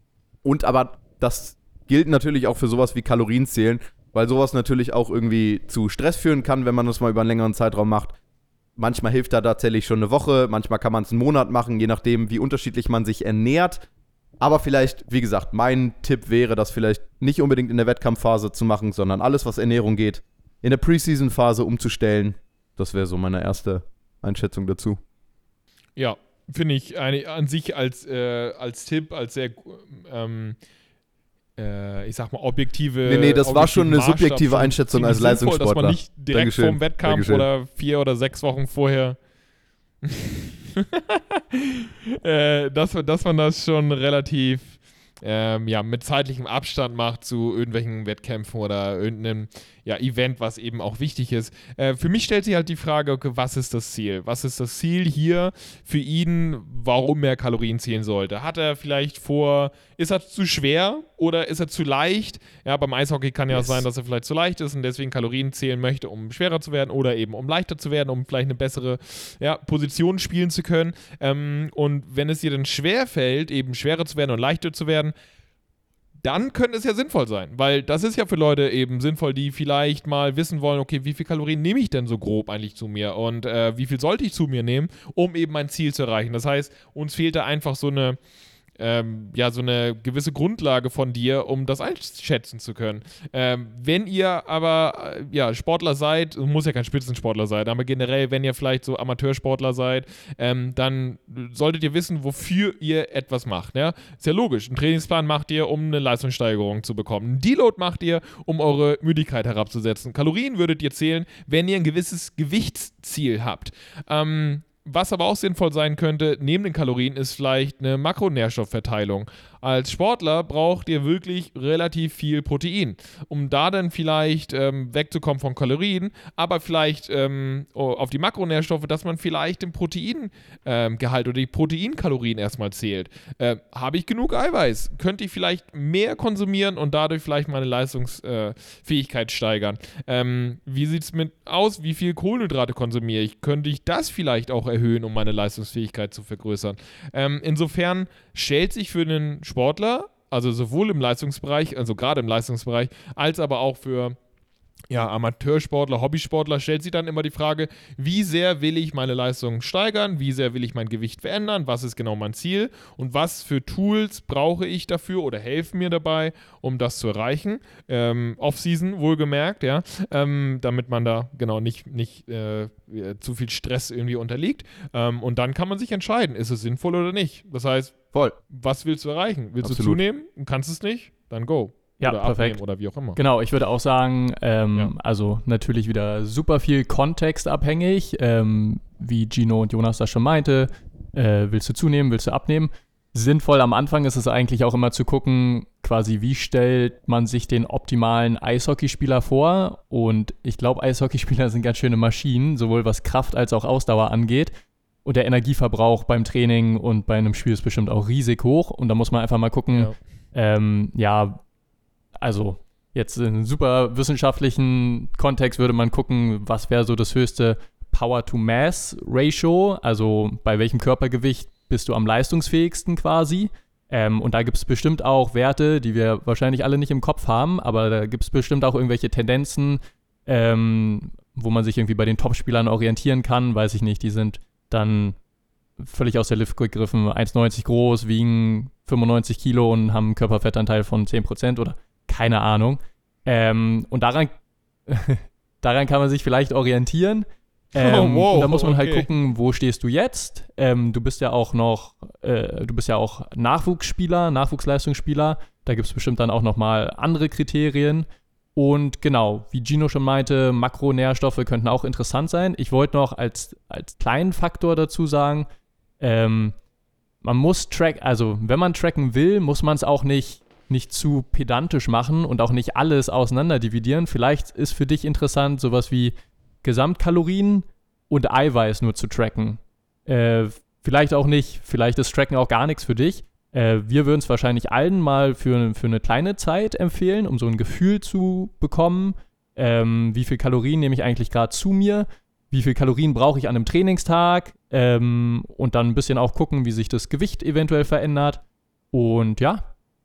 Und aber das gilt natürlich auch für sowas wie Kalorienzählen, weil sowas natürlich auch irgendwie zu Stress führen kann, wenn man das mal über einen längeren Zeitraum macht. Manchmal hilft da tatsächlich schon eine Woche, manchmal kann man es einen Monat machen, je nachdem, wie unterschiedlich man sich ernährt. Aber vielleicht, wie gesagt, mein Tipp wäre, das vielleicht nicht unbedingt in der Wettkampfphase zu machen, sondern alles, was Ernährung geht, in der Preseason-Phase umzustellen. Das wäre so meine erste Einschätzung dazu.
Ja, finde ich eine, an sich als, äh, als Tipp, als sehr, ähm, äh, ich sag mal, objektive.
Nee, nee, das war schon eine
Maßstab
subjektive
schon
Einschätzung als
sinnvoll,
Leistungssportler.
dass man nicht direkt
Dankeschön.
vorm Wettkampf
Dankeschön.
oder vier oder sechs Wochen vorher äh, dass, dass man das schon relativ ähm, ja, mit zeitlichem Abstand macht zu irgendwelchen Wettkämpfen oder irgendeinem ja, Event, was eben auch wichtig ist. Äh, für mich stellt sich halt die Frage, okay, was ist das Ziel? Was ist das Ziel hier für ihn, warum er Kalorien zählen sollte? Hat er vielleicht vor, ist er zu schwer oder ist er zu leicht? Ja, beim Eishockey kann ja
Yes.
sein, dass er vielleicht zu leicht ist und deswegen Kalorien zählen möchte, um schwerer zu werden oder eben um leichter zu werden, um vielleicht eine bessere ja, Position spielen zu können. Ähm, und wenn es dir dann schwer fällt, eben schwerer zu werden und leichter zu werden, dann könnte es ja sinnvoll sein, weil das ist ja für Leute eben sinnvoll, die vielleicht mal wissen wollen, okay, wie viel Kalorien nehme ich denn so grob eigentlich zu mir und äh, wie viel sollte ich zu mir nehmen, um eben mein Ziel zu erreichen. Das heißt, uns fehlt da einfach so eine Ähm, ja, so eine gewisse Grundlage von dir, um das einschätzen zu können. Ähm, wenn ihr aber äh, ja, Sportler seid, muss ja kein Spitzensportler sein, aber generell, wenn ihr vielleicht so Amateursportler seid, ähm, dann solltet ihr wissen, wofür ihr etwas macht. Ja? Ist ja logisch. Einen Trainingsplan macht ihr, um eine Leistungssteigerung zu bekommen. Einen Deload macht ihr, um eure Müdigkeit herabzusetzen. Kalorien würdet ihr zählen, wenn ihr ein gewisses Gewichtsziel habt. Ähm, Was aber auch sinnvoll sein könnte, neben den Kalorien, ist vielleicht eine Makronährstoffverteilung. als Sportler braucht ihr wirklich relativ viel Protein, um da dann vielleicht ähm, wegzukommen von Kalorien, aber vielleicht ähm, auf die Makronährstoffe, dass man vielleicht den Proteingehalt ähm, oder die Proteinkalorien erstmal zählt. Äh, habe ich genug Eiweiß? Könnte ich vielleicht mehr konsumieren und dadurch vielleicht meine Leistungsfähigkeit äh, steigern? Ähm, wie sieht es mit aus? Wie viel Kohlenhydrate konsumiere ich? Könnte ich das vielleicht auch erhöhen, um meine Leistungsfähigkeit zu vergrößern? Ähm, insofern stellt sich für einen Sportler, also sowohl im Leistungsbereich, also gerade im Leistungsbereich, als aber auch für ja, Amateursportler, Hobbysportler, stellt sich dann immer die Frage, wie sehr will ich meine Leistung steigern, wie sehr will ich mein Gewicht verändern, was ist genau mein Ziel und was für Tools brauche ich dafür oder helfen mir dabei, um das zu erreichen. Ähm, Off-Season wohlgemerkt, ja, ähm, damit man da genau nicht, nicht äh, zu viel Stress irgendwie unterliegt. Ähm, und dann kann man sich entscheiden, ist es sinnvoll oder nicht. Das heißt,
Voll.
Was willst du erreichen? Willst
Absolut.
du zunehmen und kannst es nicht? Dann go.
Ja,
oder
perfekt.
abnehmen oder wie auch immer.
Genau, ich würde auch sagen, ähm,
Ja.
also natürlich wieder super viel kontextabhängig, ähm, wie Gino und Jonas das schon meinte. Äh, willst du zunehmen, willst du abnehmen? Sinnvoll am Anfang ist es eigentlich auch immer zu gucken, quasi wie stellt man sich den optimalen Eishockeyspieler vor. Und ich glaube, Eishockeyspieler sind ganz schöne Maschinen, sowohl was Kraft als auch Ausdauer angeht. Und der Energieverbrauch beim Training und bei einem Spiel ist bestimmt auch riesig hoch. Und da muss man einfach mal gucken,
Ja.
ähm, ja, also jetzt in super wissenschaftlichen Kontext würde man gucken, was wäre so das höchste Power-to-Mass-Ratio, also bei welchem Körpergewicht bist du am leistungsfähigsten quasi. Ähm, und da gibt es bestimmt auch Werte, die wir wahrscheinlich alle nicht im Kopf haben, aber da gibt es bestimmt auch irgendwelche Tendenzen, ähm, wo man sich irgendwie bei den Topspielern orientieren kann, weiß ich nicht, die sind dann völlig aus der Luft gegriffen, eins Komma neunzig groß, wiegen fünfundneunzig Kilo und haben einen Körperfettanteil von zehn Prozent oder keine Ahnung. Ähm, und daran, daran kann man sich vielleicht orientieren. Ähm,
Oh, wow,
und da muss man halt
okay.
gucken, wo stehst du jetzt? Ähm, du bist ja auch noch, äh, du bist ja auch Nachwuchsspieler, Nachwuchsleistungsspieler. Da gibt es bestimmt dann auch nochmal andere Kriterien. Und genau, wie Gino schon meinte, Makronährstoffe könnten auch interessant sein. Ich wollte noch als, als kleinen Faktor dazu sagen, ähm, man muss track, also wenn man tracken will, muss man es auch nicht, nicht zu pedantisch machen und auch nicht alles auseinander dividieren. Vielleicht ist für dich interessant, sowas wie Gesamtkalorien und Eiweiß nur zu tracken. Äh, vielleicht auch nicht, vielleicht ist Tracken auch gar nichts für dich. Äh, wir würden es wahrscheinlich allen mal für, für eine kleine Zeit empfehlen, um so ein Gefühl zu bekommen, ähm, wie viel Kalorien nehme ich eigentlich gerade zu mir, wie viel Kalorien brauche ich an einem Trainingstag ähm, und dann ein bisschen auch gucken, wie sich das Gewicht eventuell verändert. Und ja,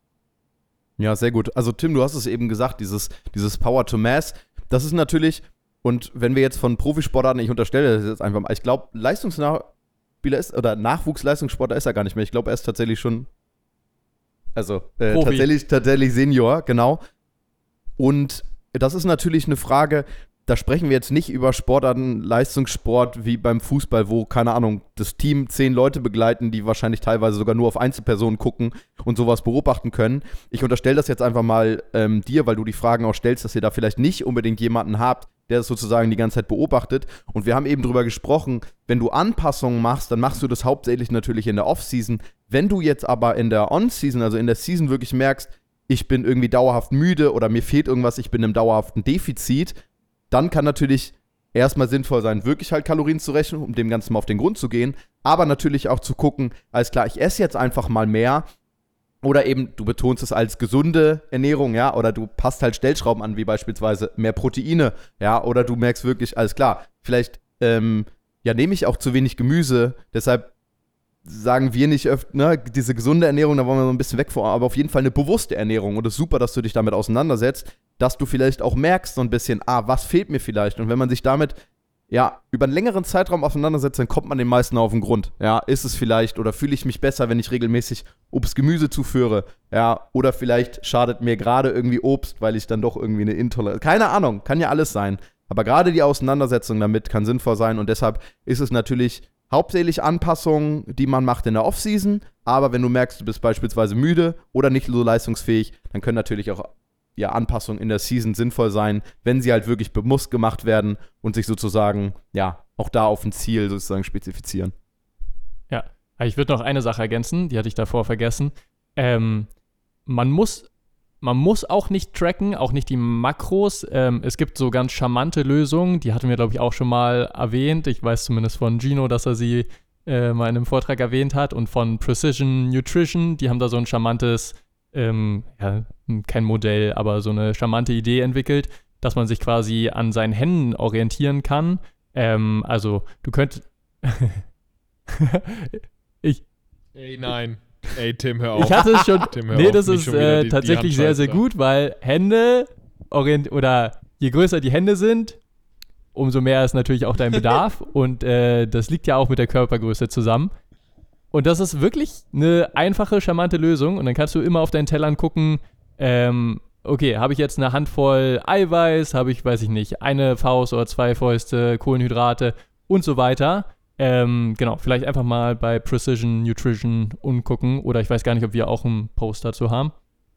Ja, sehr gut. Also Tim, du hast es eben gesagt, dieses, dieses Power to Mass, das ist natürlich, und wenn wir jetzt von Profisportarten, ich unterstelle das jetzt einfach mal, ich glaube, Leistungsspieler ist, oder Nachwuchsleistungssportler ist er gar nicht mehr. Ich glaube, er ist tatsächlich schon, also äh,
Profi.
tatsächlich, tatsächlich Senior, genau. Und das ist natürlich eine Frage, da sprechen wir jetzt nicht über Sportarten, Leistungssport wie beim Fußball, wo, keine Ahnung, das Team zehn Leute begleiten, die wahrscheinlich teilweise sogar nur auf Einzelpersonen gucken und sowas beobachten können. Ich unterstelle das jetzt einfach mal ähm, dir, weil du die Fragen auch stellst, dass ihr da vielleicht nicht unbedingt jemanden habt, der das sozusagen die ganze Zeit beobachtet. Und wir haben eben drüber gesprochen, wenn du Anpassungen machst, dann machst du das hauptsächlich natürlich in der Off-Season. Wenn du jetzt aber in der On-Season, also in der Season wirklich merkst, ich bin irgendwie dauerhaft müde oder mir fehlt irgendwas, ich bin im dauerhaften Defizit, dann kann natürlich erstmal sinnvoll sein, wirklich halt Kalorien zu rechnen, um dem Ganzen mal auf den Grund zu gehen, aber natürlich auch zu gucken, alles klar, ich esse jetzt einfach mal mehr oder eben, du betonst es als gesunde Ernährung, ja, oder du passt halt Stellschrauben an, wie beispielsweise mehr Proteine, ja, oder du merkst wirklich, alles klar, vielleicht, ähm, ja, nehme ich auch zu wenig Gemüse, deshalb sagen wir nicht öfter, ne, diese gesunde Ernährung, da wollen wir so ein bisschen weg vor, aber auf jeden Fall eine bewusste Ernährung und es ist super, dass du dich damit auseinandersetzt, dass du vielleicht auch merkst so ein bisschen, ah, was fehlt mir vielleicht und wenn man sich damit, ja, über einen längeren Zeitraum auseinandersetzt, dann kommt man den meisten auf den Grund, ja, ist es vielleicht oder fühle ich mich besser, wenn ich regelmäßig Obst, Gemüse zuführe, ja, oder vielleicht schadet mir gerade irgendwie Obst, weil ich dann doch irgendwie eine Intoleranz, keine Ahnung, kann ja alles sein, aber gerade die Auseinandersetzung damit kann sinnvoll sein und deshalb ist es natürlich hauptsächlich Anpassungen, die man macht in der Off-Season, aber wenn du merkst, du bist beispielsweise müde oder nicht so leistungsfähig, dann können natürlich auch ja, Anpassungen in der Season sinnvoll sein, wenn sie halt wirklich bewusst gemacht werden und sich sozusagen, ja, auch da auf ein Ziel sozusagen spezifizieren.
ja. Ich würde noch eine Sache ergänzen, die hatte ich davor vergessen. Ähm, man muss Man muss auch nicht tracken, auch nicht die Makros. Ähm, es gibt so ganz charmante Lösungen, die hatten wir, glaube ich, auch schon mal erwähnt. Ich weiß zumindest von Gino, dass er sie äh, mal in einem Vortrag erwähnt hat. Und von Precision Nutrition, die haben da so ein charmantes, ähm, ja, kein Modell, aber so eine charmante Idee entwickelt, dass man sich quasi an seinen Händen orientieren kann. Ähm, also du könntest... ich...
Ey, nein. Ey, Tim, hör auf.
Ich hatte es schon.
Tim, hör
nee,
auf,
das
nicht
ist
schon wieder
äh,
die- die
tatsächlich sehr, sehr
Handscheiße.
gut, weil Hände orient oder je größer die Hände sind, umso mehr ist natürlich auch dein Bedarf. Und äh, das liegt ja auch mit der Körpergröße zusammen. Und das ist wirklich eine einfache, charmante Lösung. Und dann kannst du immer auf deinen Tellern gucken, ähm, okay, habe ich jetzt eine Handvoll Eiweiß, habe ich, weiß ich nicht, eine Faust oder zwei Fäuste Kohlenhydrate und so weiter. Ähm, genau, vielleicht einfach mal bei Precision Nutrition umgucken. Oder ich weiß gar nicht, ob wir auch einen Post dazu haben.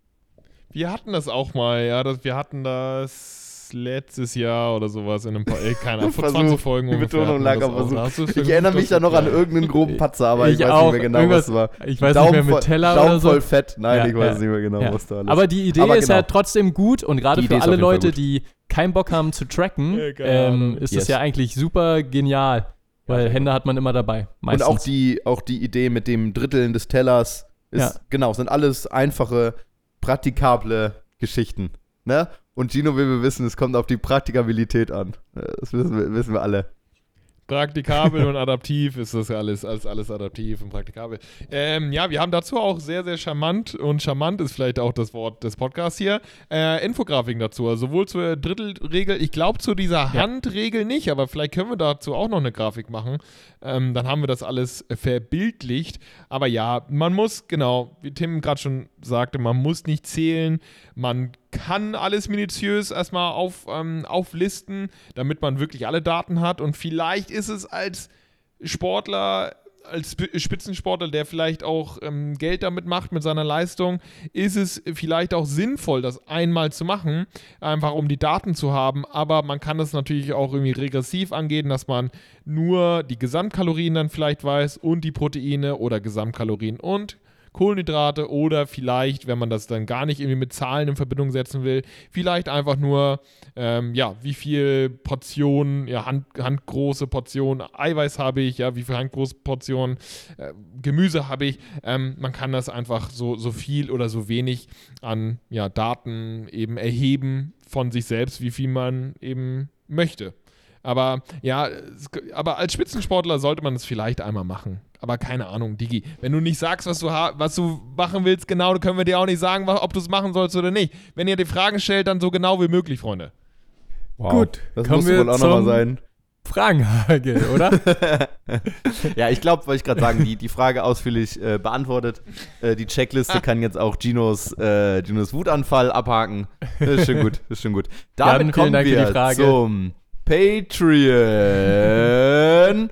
Wir hatten das auch mal, ja. Das, wir hatten das letztes Jahr oder sowas in einem paar, ey, keine Ahnung, vor
Versuch.
zwanzig Folgen
Die
ungefähr.
Betonung
hatten wir
lag
das
auf
auch.
Versuch.
Da hast du es
Ich
versucht,
erinnere mich
das
da noch an
zu-
irgendeinen groben Patzer, aber ich,
Ich
weiß
auch.
nicht mehr genau, was es war.
Ich weiß nicht mehr mit
voll-
Teller
Daumen
oder so.
voll fett. Nein,
Ja,
ich weiß
ja.
nicht mehr genau,
Ja.
was da alles.
Aber die Idee
Aber
ist
genau.
ja trotzdem gut und gerade
Die
für
Idee ist
alle
auf jeden Fall
Leute,
gut.
die keinen Bock haben zu tracken,
Ja, keine
ähm,
Ahnung.
ist
Yes.
das ja eigentlich super genial. Weil Hände hat man immer dabei.
Und
Meistens.
auch die, auch die Idee mit dem Dritteln des Tellers ist,
Ja.
genau, sind alles einfache, praktikable Geschichten. Ne? Und Gino will wir wissen, es kommt auf die Praktikabilität an. Das wissen wir, wissen wir alle.
Praktikabel und adaptiv ist das ja alles, alles, alles adaptiv und praktikabel. Ähm, ja, wir haben dazu auch sehr, sehr charmant und charmant ist vielleicht auch das Wort des Podcasts hier, äh, Infografiken dazu, also sowohl zur Drittelregel, ich glaube zu dieser
Ja.
Handregel nicht, aber vielleicht können wir dazu auch noch eine Grafik machen, ähm, dann haben wir das alles verbildlicht, aber ja, man muss, genau, wie Tim gerade schon sagte, man muss nicht zählen, man kann alles minutiös erstmal auf, ähm, auflisten, damit man wirklich alle Daten hat und vielleicht ist es als Sportler, als Sp- Spitzensportler, der vielleicht auch ähm, Geld damit macht mit seiner Leistung, ist es vielleicht auch sinnvoll, das einmal zu machen, einfach um die Daten zu haben, aber man kann das natürlich auch irgendwie regressiv angehen, dass man nur die Gesamtkalorien dann vielleicht weiß und die Proteine oder Gesamtkalorien und Kohlenhydrate oder vielleicht, wenn man das dann gar nicht irgendwie mit Zahlen in Verbindung setzen will, vielleicht einfach nur, ähm, ja, wie viel Portionen, ja, Hand, handgroße Portionen Eiweiß habe ich, ja, wie viel handgroße Portionen äh, Gemüse habe ich. Ähm, man kann das einfach so, so viel oder so wenig an, ja, Daten eben erheben von sich selbst, wie viel man eben möchte. Aber ja, es- aber als Spitzensportler sollte man es vielleicht einmal machen. Aber keine Ahnung, Digi. Wenn du nicht sagst, was du, ha- was du machen willst, genau, dann können wir dir auch nicht sagen, wa- ob du es machen sollst oder nicht. Wenn ihr die Fragen stellt, dann so genau wie möglich, Freunde.
Wow.
Gut,
Das
kommen
muss
wir
wohl auch nochmal
zum-
sein.
Fragenhagel, oder?
Ja, ich glaube, wollte ich gerade sagen, die, die Frage ausführlich äh, beantwortet. Äh, die Checkliste kann jetzt auch Ginos, äh, Ginos Wutanfall abhaken. Das ist schon gut, das ist schon gut. Damit
vielen
kommen
Dank für
wir
die Frage.
zum Patreon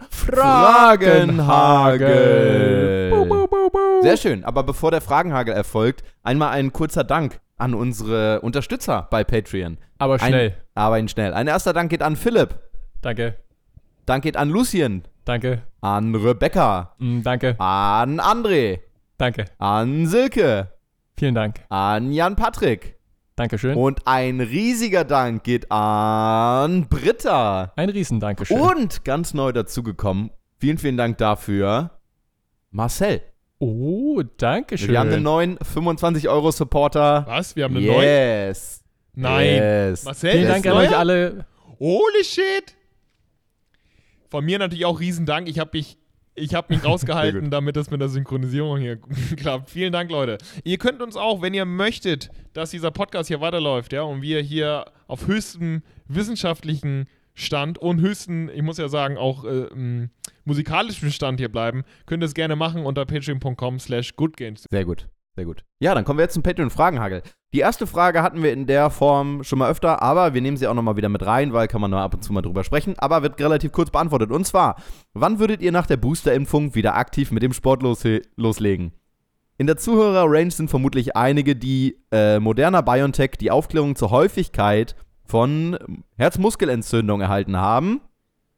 Fragenhagel.
Bu, bu, bu, bu.
Sehr schön, aber bevor der Fragenhagel erfolgt, einmal ein kurzer Dank an unsere Unterstützer bei Patreon.
Aber schnell.
Ein, aber ihn schnell. Ein erster Dank geht an Philipp.
Danke.
Dank geht an Lucien.
Danke.
An Rebecca.
Mm, danke.
An André.
Danke.
An Silke.
Vielen Dank.
An Jan Patrick.
Dankeschön.
Und ein riesiger Dank geht an Britta.
Ein Riesen-Dankeschön.
Und ganz neu dazugekommen, vielen, vielen Dank dafür, Marcel.
Oh, Dankeschön.
Wir haben einen neuen fünfundzwanzig Euro Supporter.
Was? Wir haben eine neue?
Yes.
Nein.
Yes.
Marcel,
Vielen
das
Dank
ist
an
neuer?
euch alle.
Holy shit! Von mir natürlich auch riesen Dank. Ich habe mich, ich hab mich
Sehr
rausgehalten,
gut.
damit das mit der Synchronisierung hier klappt. Vielen Dank, Leute. Ihr könnt uns auch, wenn ihr möchtet, dass dieser Podcast hier weiterläuft, ja, und wir hier auf höchstem wissenschaftlichen Stand und höchsten, ich muss ja sagen, auch äh, m, musikalischen Stand hier bleiben, könnt ihr es gerne machen unter patreon.com slash goodgames.
Sehr gut, sehr gut. Ja, dann kommen wir jetzt zum Patreon-Fragenhagel. Die erste Frage hatten wir in der Form schon mal öfter, aber wir nehmen sie auch nochmal wieder mit rein, weil kann man nur ab und zu mal drüber sprechen, aber wird relativ kurz beantwortet. Und zwar, wann würdet ihr nach der Boosterimpfung wieder aktiv mit dem Sport loshe- loslegen? In der Zuhörer-Range sind vermutlich einige, die äh, Moderna BioNTech die Aufklärung zur Häufigkeit von Herzmuskelentzündung erhalten haben.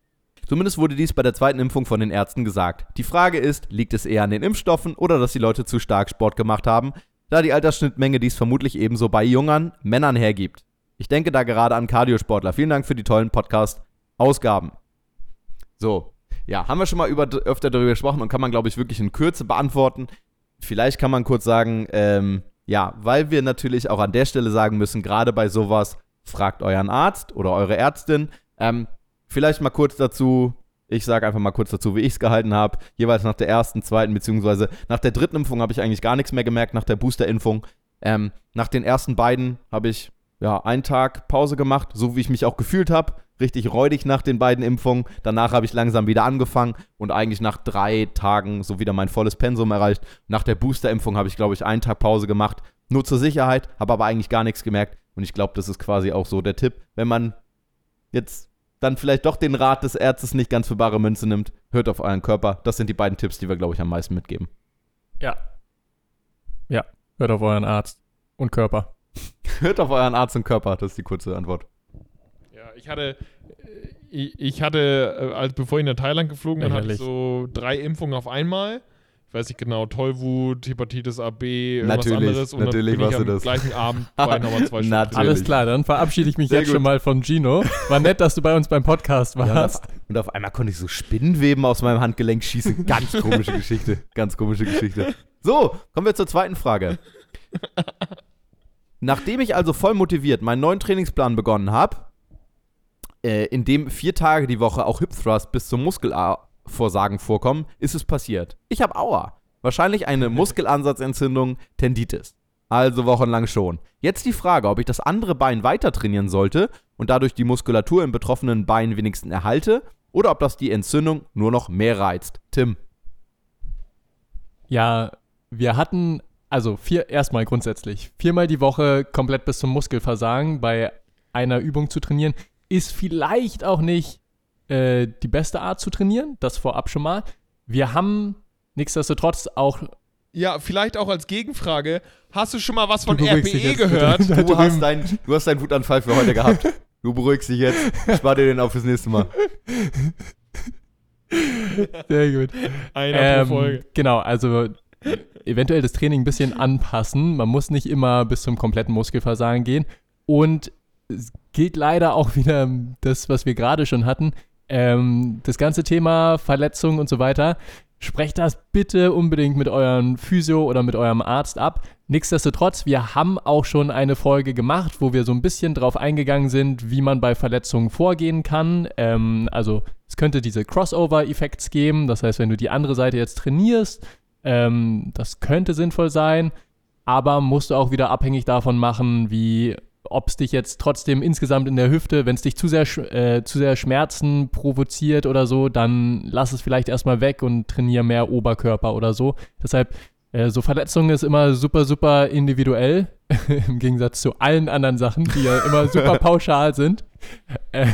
Zumindest wurde dies bei der zweiten Impfung von den Ärzten gesagt. Die Frage ist, liegt es eher an den Impfstoffen oder dass die Leute zu stark Sport gemacht haben, da die Altersschnittmenge dies vermutlich ebenso bei jungen Männern hergibt. Ich denke da gerade an Kardiosportler. Vielen Dank für die tollen Podcast-Ausgaben. So, ja, haben wir schon mal über, öfter darüber gesprochen und kann man, glaube ich, wirklich in Kürze beantworten. Vielleicht kann man kurz sagen, ähm, ja, weil wir natürlich auch an der Stelle sagen müssen, gerade bei sowas, fragt euren Arzt oder eure Ärztin. Ähm, vielleicht mal kurz dazu, ich sage einfach mal kurz dazu, wie ich es gehalten habe. Jeweils nach der ersten, zweiten, beziehungsweise nach der dritten Impfung habe ich eigentlich gar nichts mehr gemerkt, nach der Boosterimpfung. Ähm, nach den ersten beiden habe ich ja einen Tag Pause gemacht, so wie ich mich auch gefühlt habe. Richtig räudig nach den beiden Impfungen. Danach habe ich langsam wieder angefangen und eigentlich nach drei Tagen so wieder mein volles Pensum erreicht. Nach der Boosterimpfung habe ich, glaube ich, einen Tag Pause gemacht. Nur zur Sicherheit, habe aber eigentlich gar nichts gemerkt. Und ich glaube, das ist quasi auch so der Tipp, wenn man jetzt dann vielleicht doch den Rat des Arztes nicht ganz für bare Münze nimmt, hört auf euren Körper. Das sind die beiden Tipps, die wir, glaube ich, am meisten mitgeben.
Ja. Ja, hört auf euren Arzt und Körper.
Hört auf euren Arzt und Körper, das ist die kurze Antwort.
Ja, ich hatte, ich, ich hatte, als bevor ich nach Thailand geflogen bin, hatte ich so drei Impfungen auf einmal. Ich weiß nicht genau, Tollwut, Hepatitis A B, irgendwas
natürlich,
anderes. Und
natürlich
dann bin ich am
das.
gleichen Abend bei nochmal zwei Stunden.
Alles klar, dann verabschiede ich mich
Sehr
jetzt
gut.
schon mal von Gino. War nett, dass du bei uns beim Podcast
Ja, und,
warst.
auf, und auf einmal konnte ich so Spinnenweben aus meinem Handgelenk schießen. Ganz komische Geschichte. Ganz komische Geschichte. So, kommen wir zur zweiten Frage. Nachdem ich also voll motiviert meinen neuen Trainingsplan begonnen habe, äh, in dem vier Tage die Woche auch Hip Thrust bis zum Muskelversagen vorkommen, ist es passiert. Ich habe Aua. Wahrscheinlich eine Muskelansatzentzündung, Tenditis. Also wochenlang schon. Jetzt die Frage, ob ich das andere Bein weiter trainieren sollte und dadurch die Muskulatur im betroffenen Bein wenigstens erhalte oder ob das die Entzündung nur noch mehr reizt. Tim.
Ja, wir hatten, also vier, erstmal grundsätzlich, viermal die Woche komplett bis zum Muskelversagen bei einer Übung zu trainieren, ist vielleicht auch nicht äh, die beste Art zu trainieren, das vorab schon mal. Wir haben nichtsdestotrotz auch...
Ja, vielleicht auch als Gegenfrage, hast du schon mal was von
Du
R
beruhigst
P
dich
E
jetzt
gehört?
bitte.
Du hast, dein, du hast deinen Wutanfall für heute gehabt. Du beruhigst dich jetzt. Spar dir den auf fürs nächste Mal.
Sehr gut.
Einer
Ähm,
pro Folge.
genau, also eventuell das Training ein bisschen anpassen. Man muss nicht immer bis zum kompletten Muskelversagen gehen. Und es gilt leider auch wieder das, was wir gerade schon hatten. Ähm, das ganze Thema Verletzungen und so weiter. Sprecht das bitte unbedingt mit eurem Physio oder mit eurem Arzt ab. Nichtsdestotrotz, wir haben auch schon eine Folge gemacht, wo wir so ein bisschen drauf eingegangen sind, wie man bei Verletzungen vorgehen kann. Ähm, also es könnte diese Crossover-Effekte geben. Das heißt, wenn du die andere Seite jetzt trainierst, ähm, das könnte sinnvoll sein. Aber musst du auch wieder abhängig davon machen, wie... ob es dich jetzt trotzdem insgesamt in der Hüfte, wenn es dich zu sehr, äh, zu sehr Schmerzen provoziert oder so, dann lass es vielleicht erstmal weg und trainiere mehr Oberkörper oder so. Deshalb, äh, so Verletzungen ist immer super, super individuell, im Gegensatz zu allen anderen Sachen, die ja immer super pauschal sind. Äh,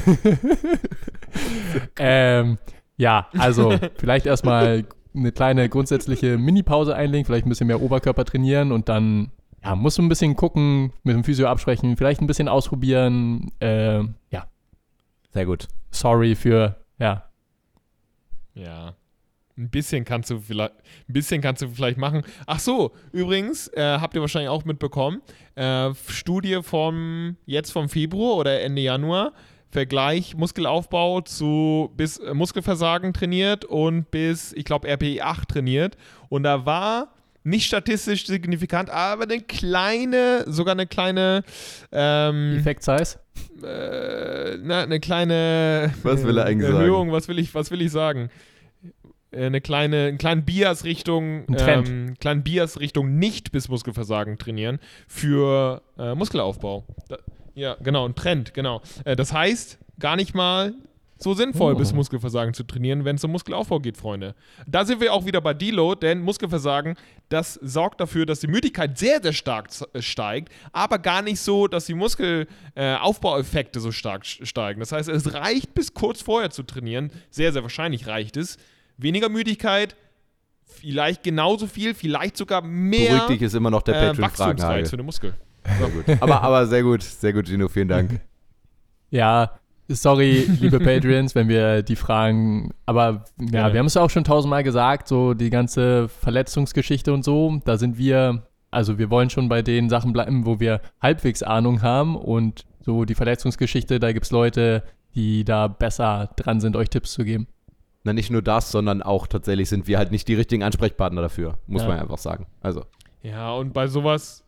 ähm, ja, also vielleicht erstmal eine kleine grundsätzliche Mini-Pause einlegen, vielleicht ein bisschen mehr Oberkörper trainieren und dann ja, musst du ein bisschen gucken, mit dem Physio absprechen, vielleicht ein bisschen ausprobieren. Äh, ja.
Sehr gut.
Sorry für, ja.
Ja. Ein bisschen kannst du vielleicht, ein bisschen kannst du vielleicht machen. Ach so, übrigens, äh, habt ihr wahrscheinlich auch mitbekommen, äh, Studie vom, jetzt vom Februar oder Ende Januar, Vergleich Muskelaufbau zu bis äh, Muskelversagen trainiert und bis, ich glaube, R P E acht trainiert. Und da war nicht statistisch signifikant, aber eine kleine, sogar eine kleine ähm,
Effect Size.
Äh, na, eine kleine
Was will er eigentlich
Erhöhung,
sagen?
was will ich, was will ich sagen? Äh, Eine kleine, einen kleinen Bias Richtung,
Ein Trend.
ähm, kleinen Bias Richtung nicht bis Muskelversagen trainieren für äh, Muskelaufbau. Da, ja, genau, ein Trend, genau. Äh, das heißt, gar nicht mal so sinnvoll,
Oh.
bis Muskelversagen zu trainieren, wenn es um Muskelaufbau geht, Freunde. Da sind wir auch wieder bei Deload, denn Muskelversagen, das sorgt dafür, dass die Müdigkeit sehr, sehr stark z- äh, steigt, aber gar nicht so, dass die Muskelaufbaueffekte so stark sch- steigen. Das heißt, es reicht bis kurz vorher zu trainieren, sehr, sehr wahrscheinlich reicht es. Weniger Müdigkeit, vielleicht genauso viel, vielleicht sogar mehr
Beruhig dich, ist immer noch der
äh,
Patreon-Fragenhagel.
Wachstumsreiz für den Muskel.
Sehr gut. Aber, aber sehr gut, sehr gut, Gino, vielen Dank.
Ja, Sorry, liebe Patreons, wenn wir die Fragen, aber ja,
Ja.
wir haben es ja auch schon tausendmal gesagt, so die ganze Verletzungsgeschichte und so, da sind wir, also wir wollen schon bei den Sachen bleiben, wo wir halbwegs Ahnung haben und so die Verletzungsgeschichte, da gibt es Leute, die da besser dran sind, euch Tipps zu geben.
Na, nicht nur das, sondern auch tatsächlich sind wir halt nicht die richtigen Ansprechpartner dafür, muss
Ja.
man einfach sagen. Also,
Ja, und bei sowas.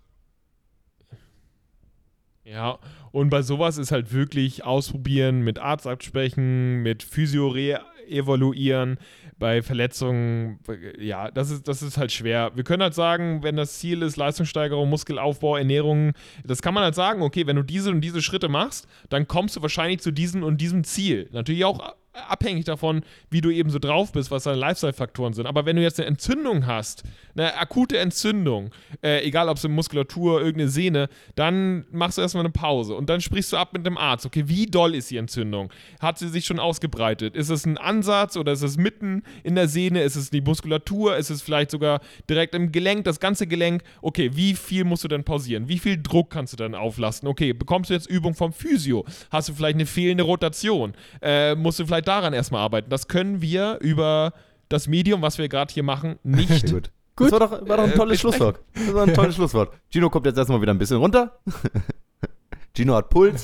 Ja, und bei sowas ist halt wirklich ausprobieren, mit Arzt absprechen, mit Physio re-evaluieren. Bei Verletzungen, ja, das ist, das ist halt schwer. Wir können halt sagen, wenn das Ziel ist, Leistungssteigerung, Muskelaufbau, Ernährung, das kann man halt sagen, okay, wenn du diese und diese Schritte machst, dann kommst du wahrscheinlich zu diesem und diesem Ziel. Natürlich auch abhängig davon, wie du eben so drauf bist, was deine Lifestyle-Faktoren sind. Aber wenn du jetzt eine Entzündung hast, eine akute Entzündung, äh, egal ob es in Muskulatur, irgendeine Sehne, dann machst du erstmal eine Pause und dann sprichst du ab mit dem Arzt. Okay, wie doll ist die Entzündung? Hat sie sich schon ausgebreitet? Ist es ein Ansatz oder ist es mitten in der Sehne? Ist es die Muskulatur? Ist es vielleicht sogar direkt im Gelenk, das ganze Gelenk? Okay, wie viel musst du dann pausieren? Wie viel Druck kannst du dann auflasten? Okay, bekommst du jetzt Übung vom Physio? Hast du vielleicht eine fehlende Rotation? Äh, musst du vielleicht daran erstmal arbeiten? Das können wir über das Medium, was wir gerade hier machen, nicht.
sehr gut. Das war doch, war doch ein
Äh,
tolles Schlusswort. Das war ein tolles Schlusswort. Gino kommt jetzt erstmal wieder ein bisschen runter. Gino hat Puls.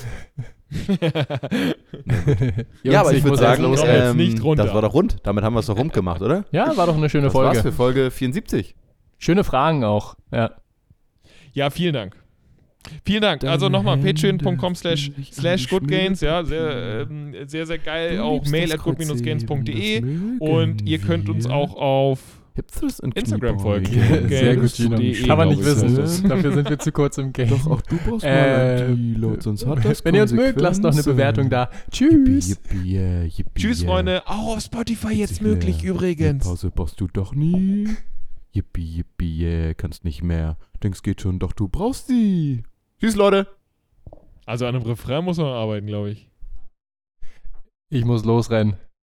Ja, aber ich
Jungs,
würde
muss
sagen,
jetzt los.
Komm jetzt
ähm,
nicht runter.
das war doch rund. Damit haben wir es doch rund gemacht, oder?
Ja, war doch eine schöne
Das war's
Folge.
für Folge vierundsiebzig.
Schöne Fragen auch. Ja.
Ja, vielen Dank. Vielen Dank. Also nochmal patreon.com slash slash goodgains, ja, sehr, ähm, sehr, sehr geil. Auch mail at good-gains.de und ihr könnt uns auch auf Instagram folgen.
Sehr gut, Gino.
Gains.de,
Kann man nicht
glaub ich,
wissen.
ist das.
Dafür sind wir zu kurz im Game.
Doch, auch du brauchst
Äh,
mal ein Deload, sonst hat das
Wenn ihr uns mögt, lasst doch eine Bewertung da. Tschüss.
Yippie, yeah, yippie,
Tschüss,
yeah.
Freunde. Auch auf Spotify jetzt
Witzig,
möglich
yeah.
übrigens.
Pause brauchst du doch nie. Yippie, yippie, yeah, kannst nicht mehr. Denkst geht schon, doch du brauchst sie. Tschüss, Leute.
Also an einem Refrain muss man arbeiten, glaube ich.
Ich muss losrennen.